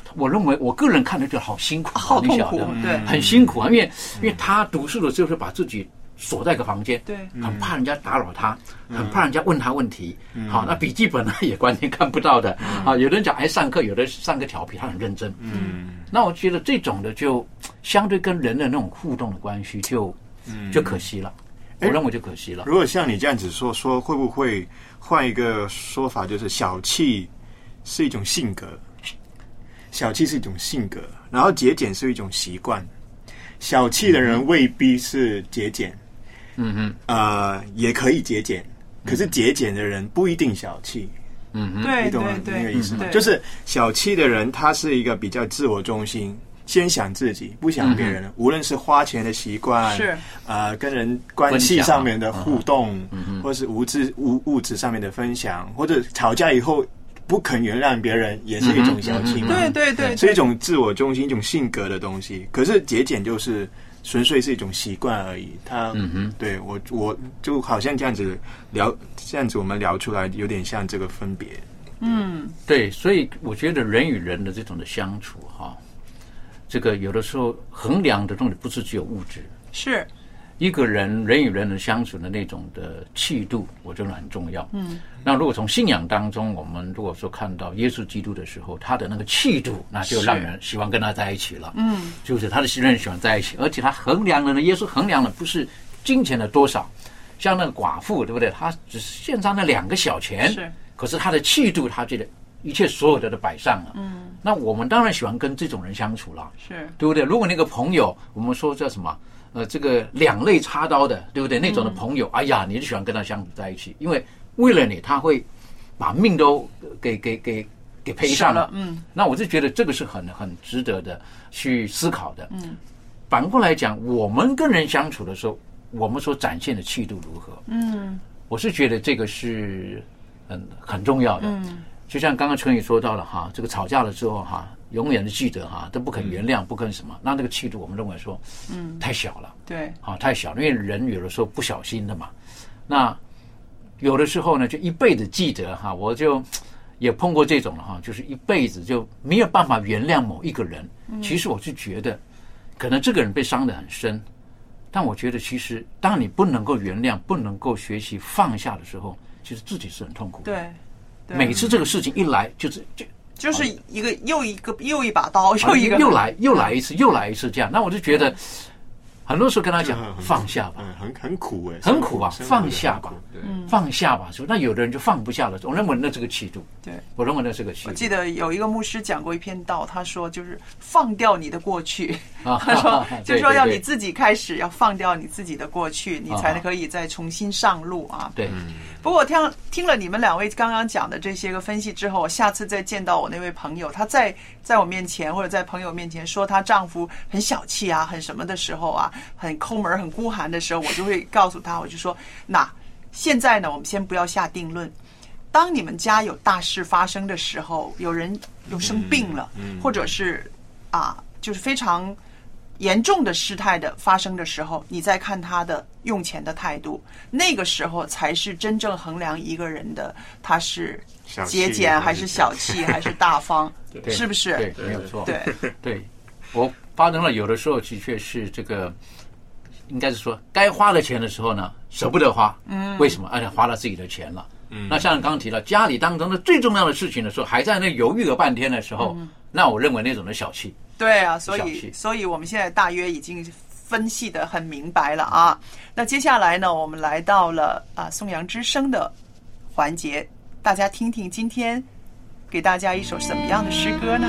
我认为我个人看着就好辛苦， 好痛苦，对， 很辛苦啊，因为因为他读书的时候是把自己锁在一个房间， 对， 很怕人家打扰他，很怕人家问他问题。好，那笔记本呢也完全看不到的。啊，有人讲哎上课，有的上课调皮，他很认真。嗯，那我觉得这种的就相对跟人的那种互动的关系就就可惜了。我认为就可惜了。 如果像你这样子说，说会不会换一个说法，就是小气是一种性格，小气是一种性格，然后节俭是一种习惯。小气的人未必是节俭，嗯哼，呃，也可以节俭，可是节俭的人不一定小气。 嗯哼，对， 你懂对那个意思吗？ 对， 就是小气的人，他是一个比较自我中心。先想自己，不想别人。嗯、无论是花钱的习惯， 是呃跟人关系上面的互动，嗯、或是物质物物质上面的分享，或者吵架以后不肯原谅别人，也是一种小气嘛。 对对对， 是一种自我中心、一种性格的东西。可是节俭就是纯粹是一种习惯而已。他，嗯哼，对我我就好像这样子聊，这样子我们聊出来，有点像这个分别。 嗯， 对，所以我觉得人与人的这种的相处，哈。这个有的时候衡量的东西不是只有物质， 是一个人人与人的相处的那种的气度，我觉得很重要。嗯，那如果从信仰当中，我们如果说看到耶稣基督的时候，他的那个气度，那就让人喜欢跟他在一起了。嗯，就是他的人喜欢在一起，而且他衡量的呢，耶稣衡量的不是金钱的多少，像那个寡妇，对不对？他只是献上那两个小钱， 是， 可是他的气度，他觉得一切所有的都摆上了。嗯。那我们当然喜欢跟这种人相处了， 是对不对？如果那个朋友，我们说叫什么？呃，这个两肋插刀的，对不对？那种的朋友，嗯、哎呀，你就喜欢跟他相处在一起，因为为了你，他会把命都给给给给赔上了。嗯，那我就觉得这个是很很值得的去思考的。嗯，反过来讲，我们跟人相处的时候，我们所展现的气度如何？嗯，我是觉得这个是很很重要的。嗯。就像刚刚春雨说到了哈，这个吵架了之后哈，永远的记得哈，都不肯原谅，不肯什么，那那个气度我们认为说，嗯，太小了， 对， 啊，太小了，因为人有的时候不小心的嘛，那有的时候呢，就一辈子记得哈，我就也碰过这种了哈，就是一辈子就没有办法原谅某一个人。嗯、其实我是觉得，可能这个人被伤得很深，但我觉得其实当你不能够原谅，不能够学习放下的时候，其实自己是很痛苦的。 对。 每次这个事情一来，就是就就是一个又一个又一把刀，又一个又来又来一次，又来一次这样。那我就觉得，很多时候跟他讲放下吧， 很很苦哎， 很苦啊，放下吧，放下吧。那有的人就放不下了，我认为那是个气度。 对， 我认为那是个气度。 我记得有一个牧师讲过一篇道，他说就是放掉你的过去，他说就是说要你自己开始要放掉你自己的过去，你才可以再重新上路啊。 对。 不过我听听了你们两位刚刚讲的这些个分析之后，我下次再见到我那位朋友，他在在我面前或者在朋友面前说她丈夫很小气啊，很什么的时候啊，很抠门、很孤寒的时候，我就会告诉他，我就说，那现在呢，我们先不要下定论。当你们家有大事发生的时候，有人有生病了，或者是啊，就是非常严重的事态的发生的时候，你再看他的用钱的态度，那个时候才是真正衡量一个人的他是节俭还是小气还是大方，是不是？ 对，没有错。 对对，我发生了有的时候的确是这个，应该是说该花的钱的时候呢，舍不得花。嗯，为什么？而且花了自己的钱了。嗯，那像刚刚提到家里当中的最重要的事情的时候，还在那犹豫了半天的时候，嗯、那我认为那种的小气。 对啊，所以所以我们现在大约已经分析得很明白了啊。那接下来呢，我们来到了啊颂扬之声的环节，大家听听今天给大家一首什么样的诗歌呢？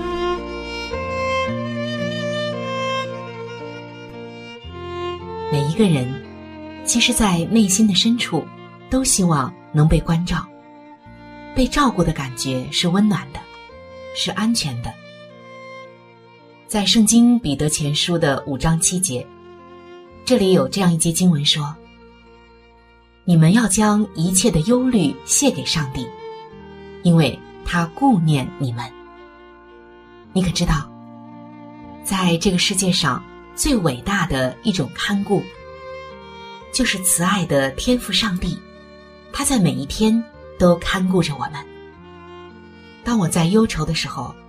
每一个人其实在内心的深处都希望能被关照，被照顾的感觉是温暖的，是安全的。在圣经彼得前书的五章七节，这里有这样一节经文说，你们要将一切的忧虑卸给上帝，因为他顾念你们。你可知道，在这个世界上最伟大的一种看顾，就是慈爱的天父上帝，他在每一天都看顾着我们。当我在忧愁的时候，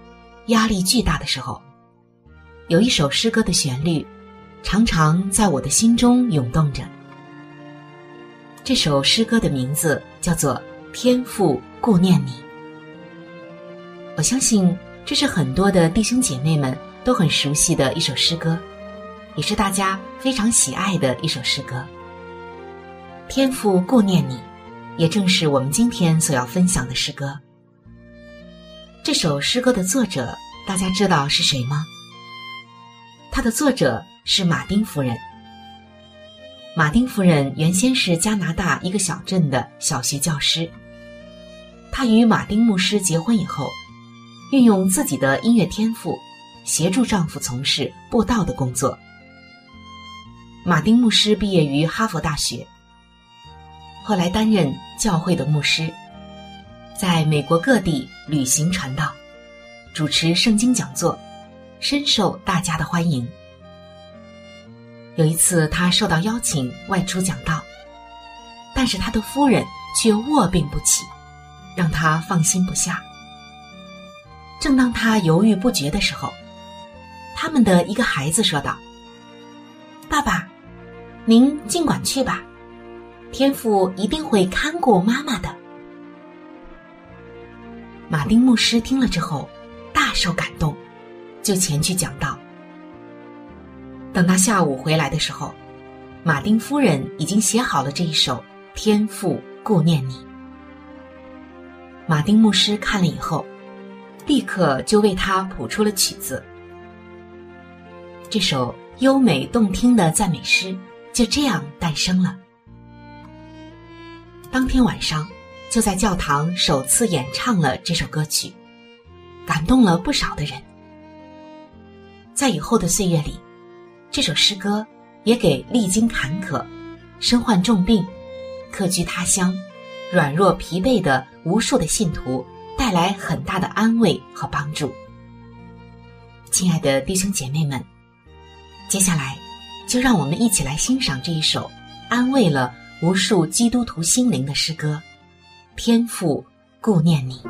压力巨大的时候，有一首诗歌的旋律常常在我的心中涌动着。这首诗歌的名字叫做《天父顾念你》。我相信这是很多的弟兄姐妹们都很熟悉的一首诗歌，也是大家非常喜爱的一首诗歌。天父顾念你，也正是我们今天所要分享的诗歌。这首诗歌的作者大家知道是谁吗？它的作者是马丁夫人。马丁夫人原先是加拿大一个小镇的小学教师。她与马丁牧师结婚以后，运用自己的音乐天赋，协助丈夫从事布道的工作。马丁牧师毕业于哈佛大学，后来担任教会的牧师，在美国各地旅行传道，主持圣经讲座，深受大家的欢迎。有一次他受到邀请外出讲道，但是他的夫人却卧病不起，让他放心不下。正当他犹豫不决的时候，他们的一个孩子说道：爸爸，您尽管去吧，天父一定会看顾妈妈的。马丁牧师听了之后大受感动，就前去讲道。等他下午回来的时候，马丁夫人已经写好了这一首《天父顾念你》。马丁牧师看了以后，立刻就为他谱出了曲子。这首优美动听的赞美诗就这样诞生了。当天晚上就在教堂首次演唱了这首歌曲，感动了不少的人。在以后的岁月里，这首诗歌也给历经坎坷、身患重病、客居他乡、软弱疲惫的无数的信徒带来很大的安慰和帮助。亲爱的弟兄姐妹们，接下来就让我们一起来欣赏这一首安慰了无数基督徒心灵的诗歌《天父顾念你》。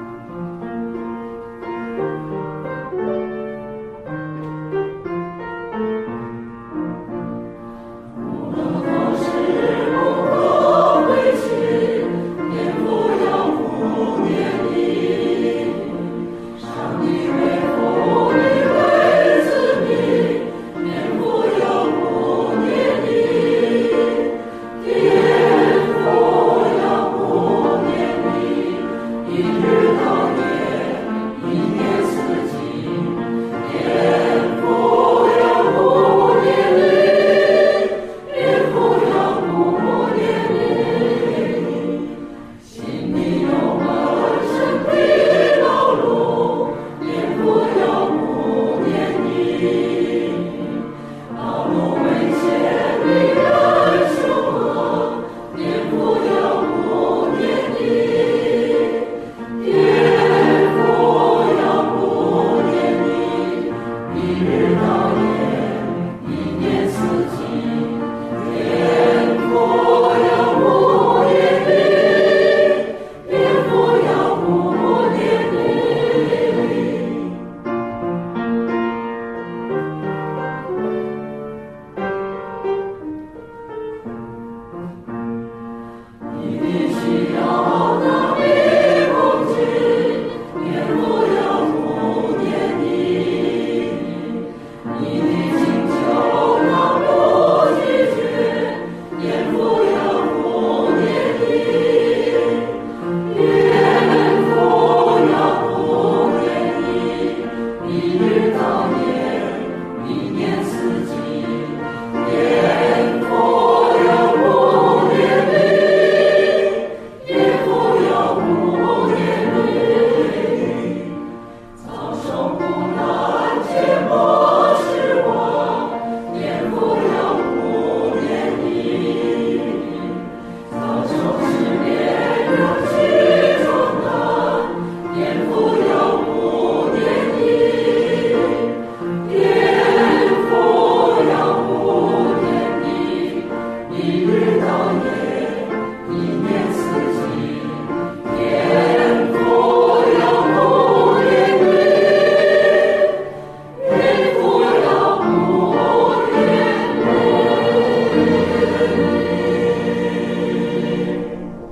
天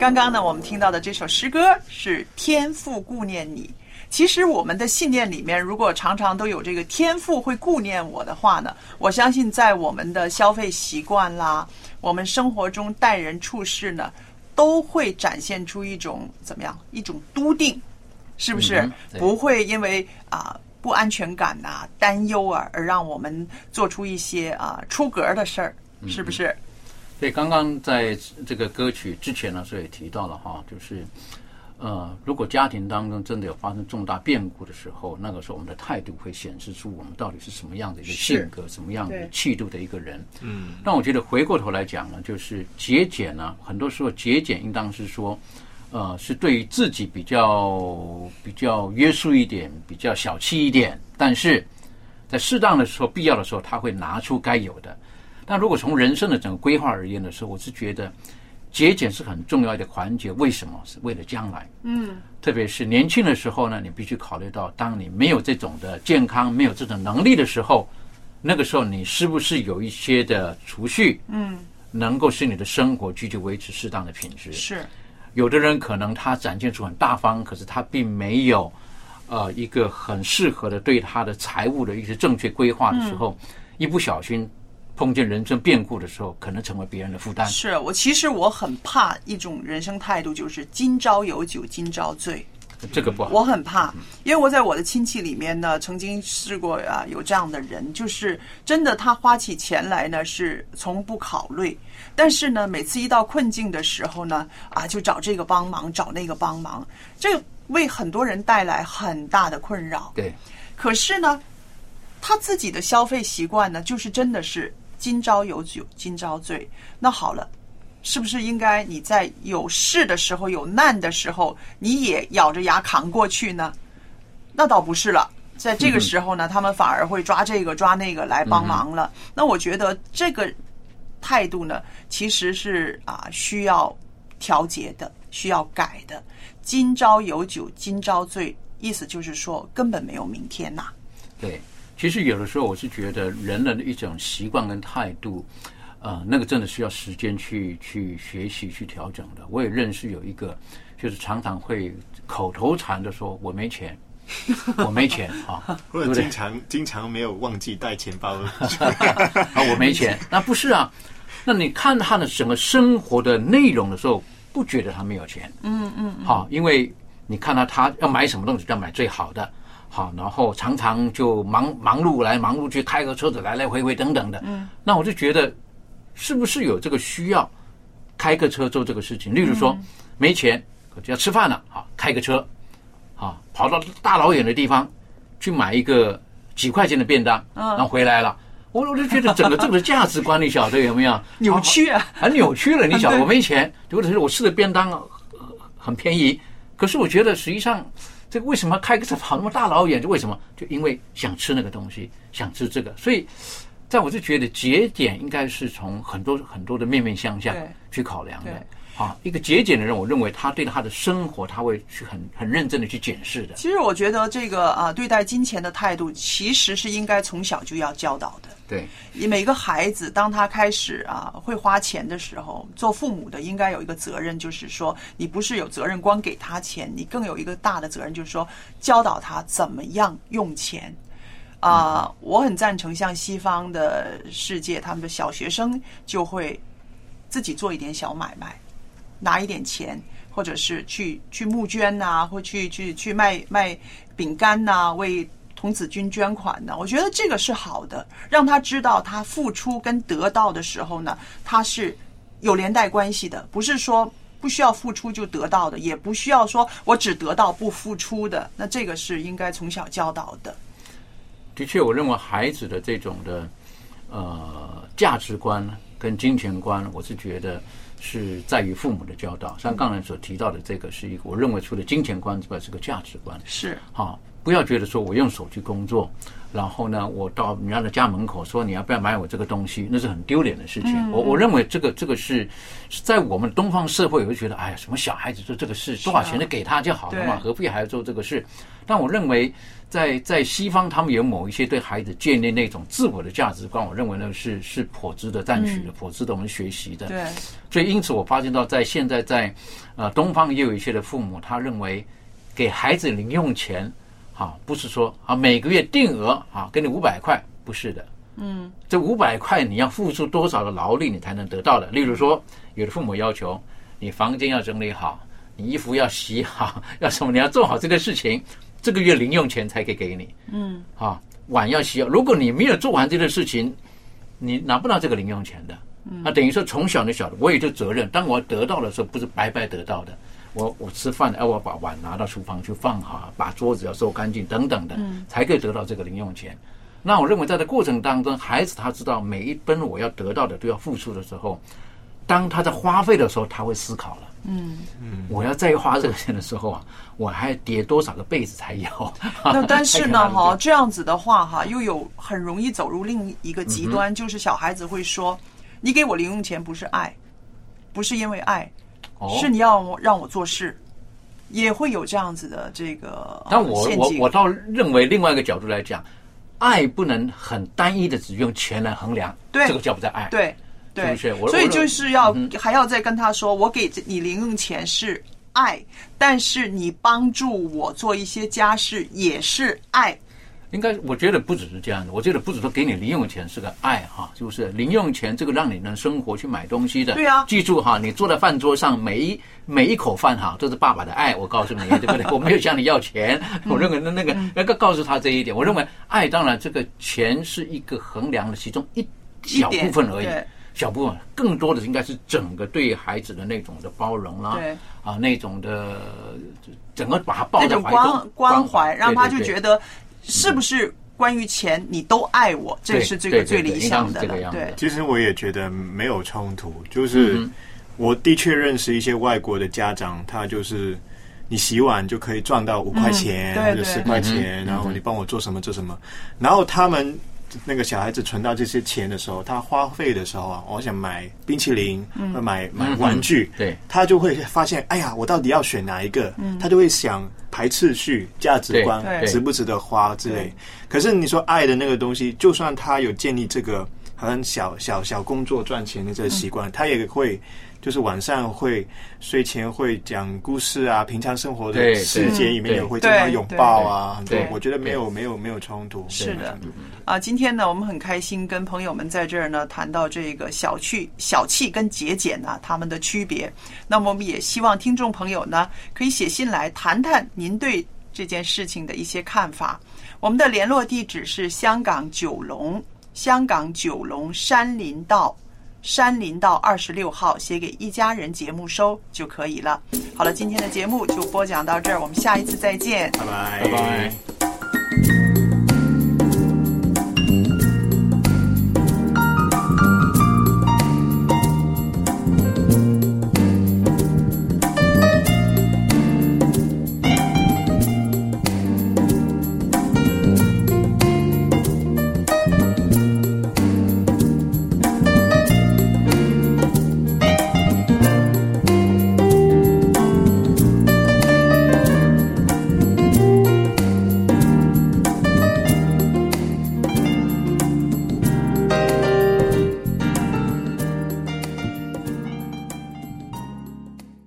刚刚呢，我们听到的这首诗歌是天父顾念你。其实我们的信念里面，如果常常都有这个天父会顾念我的话呢，我相信在我们的消费习惯啦，我们生活中待人处事呢，都会展现出一种怎么样？一种笃定，是不是？嗯、不会因为啊、呃、不安全感啊、担忧啊，而让我们做出一些啊、呃、出格的事儿，是不是？嗯、 所以刚刚在这个歌曲之前呢，所以也提到了哈，就是。呃，如果家庭当中真的有发生重大变故的时候，那个时候我们的态度会显示出我们到底是什么样的一个性格，什么样的气度的一个人。嗯，但我觉得回过头来讲呢，就是节俭呢，很多时候节俭应当是说，呃，是对于自己比较比较约束一点，比较小气一点，但是在适当的时候、必要的时候，他会拿出该有的。但如果从人生的整个规划而言的时候，我是觉得。节俭是很重要的环节，为什么？是为了将来。嗯，特别是年轻的时候呢，你必须考虑到，当你没有这种的健康、没有这种能力的时候，那个时候你是不是有一些的储蓄，嗯，能够使你的生活继续维持适当的品质？ 是， 有的人可能他展现出很大方，可是他并没有呃一个很适合的对他的财务的一些正确规划的时候，嗯、一不小心。碰见人生变故的时候，可能成为别人的负担。 是我其实我很怕一种人生态度，就是今朝有酒今朝醉。 这个不好， 我很怕，因为我在我的亲戚里面呢，曾经试过啊，有这样的人，就是真的他花起钱来呢是从不考虑，但是呢，每次一到困境的时候呢，啊，就找这个帮忙，找那个帮忙，这个为很多人带来很大的困扰。 对， 可是呢，他自己的消费习惯呢，就是真的是。今朝有酒今朝醉，那好了，是不是应该你在有事的时候、有难的时候，你也咬着牙扛过去呢？那倒不是了，在这个时候呢，他们反而会抓这个抓那个来帮忙了。嗯、那我觉得这个态度呢，其实是啊需要调节的，需要改的。今朝有酒今朝醉，意思就是说根本没有明天呐、啊。 对。其实有的时候我是觉得人的一种习惯跟态度，呃，那个真的需要时间去去学习去调整的。我也认识有一个，就是常常会口头禅的说我没钱，我没钱啊， 或者经常经常没有忘记带钱包啊，我没钱，那不是啊？那你看他的整个生活的内容的时候，不觉得他没有钱，嗯嗯，好，因为你看到他要买什么东西，要买最好的。好，然后常常就忙忙碌来忙碌去，开个车子来来回回等等的。嗯，那我就觉得，是不是有这个需要，开个车做这个事情？例如说，嗯、没钱就要吃饭了，好，开个车，好，跑到大老远的地方去买一个几块钱的便当，嗯、然后回来了。我我就觉得整个这个价值观，你晓得有没有扭曲啊？ 很扭曲了，你晓得？我没钱，或者是我吃的便当很便宜，可是我觉得实际上。这个为什么开个车跑那么大老远？就为什么？就因为想吃那个东西，想吃这个。所以，在我就觉得节俭应该是从很多很多的面面相向去考量的。啊，一个节俭的人，我认为他对他的生活，他会去很很认真的去检视的。 其实我觉得这个啊，对待金钱的态度，其实是应该从小就要教导的。 对， 每个孩子当他开始啊会花钱的时候，做父母的应该有一个责任，就是说你不是有责任光给他钱，你更有一个大的责任，就是说教导他怎么样用钱。啊、呃，我很赞成像西方的世界，他们的小学生就会自己做一点小买卖。拿一点钱，或者是去去募捐呐、啊，或去去去卖卖饼干呐、啊，为童子军捐款呢、啊。我觉得这个是好的，让他知道他付出跟得到的时候呢，他是有连带关系的，不是说不需要付出就得到的，也不需要说我只得到不付出的。那这个是应该从小教导的。 的确，我认为孩子的这种的呃价值观跟金钱观，我是觉得。是在于父母的教导，像刚才所提到的这个是一个，我认为除了金钱观之外是个价值观。 是好， 不要觉得说我用手去工作，然后呢，我到人家的家门口说你要不要买我这个东西，那是很丢脸的事情。嗯、我我认为这个这个是是在我们东方社会，我会觉得哎呀，什么小孩子做这个事，多少钱就给他就好了嘛，何必还要做这个事？但我认为在在西方，他们有某一些对孩子建立那种自我的价值观，我认为呢是是颇值得赞许的，颇值得我们学习的。 对， 所以因此我发现到在现在在呃东方也有一些的父母，他认为给孩子零用钱。啊，不是说啊每个月定额啊给你五百块，不是的，嗯，这五百块你要付出多少的劳力你才能得到的。例如说，有的父母要求你房间要整理好，你衣服要洗好，要什么你要做好这个事情，这个月零用钱才可以给你，嗯，啊碗要洗好，如果你没有做完这个事情，你拿不到这个零用钱的，嗯，那等于说从小就晓得我有这责任，当我得到的时候不是白白得到的。我我吃饭，哎，我把碗拿到厨房去放好，把桌子要收干净等等的，嗯，才可以得到这个零用钱。那我认为在这过程当中，孩子他知道每一分我要得到的都要付出的时候，当他在花费的时候，他会思考了，嗯嗯，我要再花这个钱的时候啊，我还叠多少个被子才有？ 那但是呢，哈，这样子的话，哈，又有很容易走入另一个极端，嗯，就是小孩子会说：“你给我零用钱不是爱，不是因为爱。”是你要让我做事，也会有这样子的这个。 但我我我倒认为另外一个角度来讲，爱不能很单一的只用钱来衡量， 对， 这个叫不在爱， 对对， 是不是？我所以就是要、嗯、还要再跟他说，我给你零用钱是爱，但是你帮助我做一些家事也是爱。 应该，我觉得不只是这样的。我觉得不只说给你零用钱是个爱哈，就是零用钱这个让你能生活去买东西的。 对啊， 记住哈，你坐在饭桌上，每一每一口饭哈都是爸爸的爱。我告诉你，对不对？我没有向你要钱。我认为那那个那个告诉他这一点。我认为爱当然这个钱是一个衡量的其中一小部分而已，小部分，更多的应该是整个对孩子的那种的包容啦， 对啊那种的整个把他抱在怀中， 那种关关怀，让他就觉得。是不是关于钱你都爱我，这是这个最理想的了。对， 其实我也觉得没有冲突，就是我的确认识一些外国的家长，他就是你洗碗就可以赚到五块钱、嗯、或者十块钱、嗯、然后你帮我做什么做什么，然后他们那个小孩子存到这些钱的时候，他花费的时候啊，我想买冰淇淋、嗯、买买玩具、 嗯、对， 他就会发现哎呀我到底要选哪一个、嗯、他就会想排次序价值观值不值得花之类。可是你说爱的那个东西，就算他有建立这个好像小小小工作赚钱的这个习惯、嗯、他也会就是晚上会睡前会讲故事啊，平常生活的时间里面也会经常拥抱啊，很多我觉得没有没有没有冲突。 是的啊，今天呢我们很开心跟朋友们在这儿呢谈到这个小气小气跟节俭呢他们的区别。那么我们也希望听众朋友呢可以写信来谈谈您对这件事情的一些看法。我们的联络地址是香港九龙香港九龙山林道山林道二十六号，写给一家人节目收就可以了。好了，今天的节目就播讲到这儿，我们下一次再见， 拜拜， 拜拜。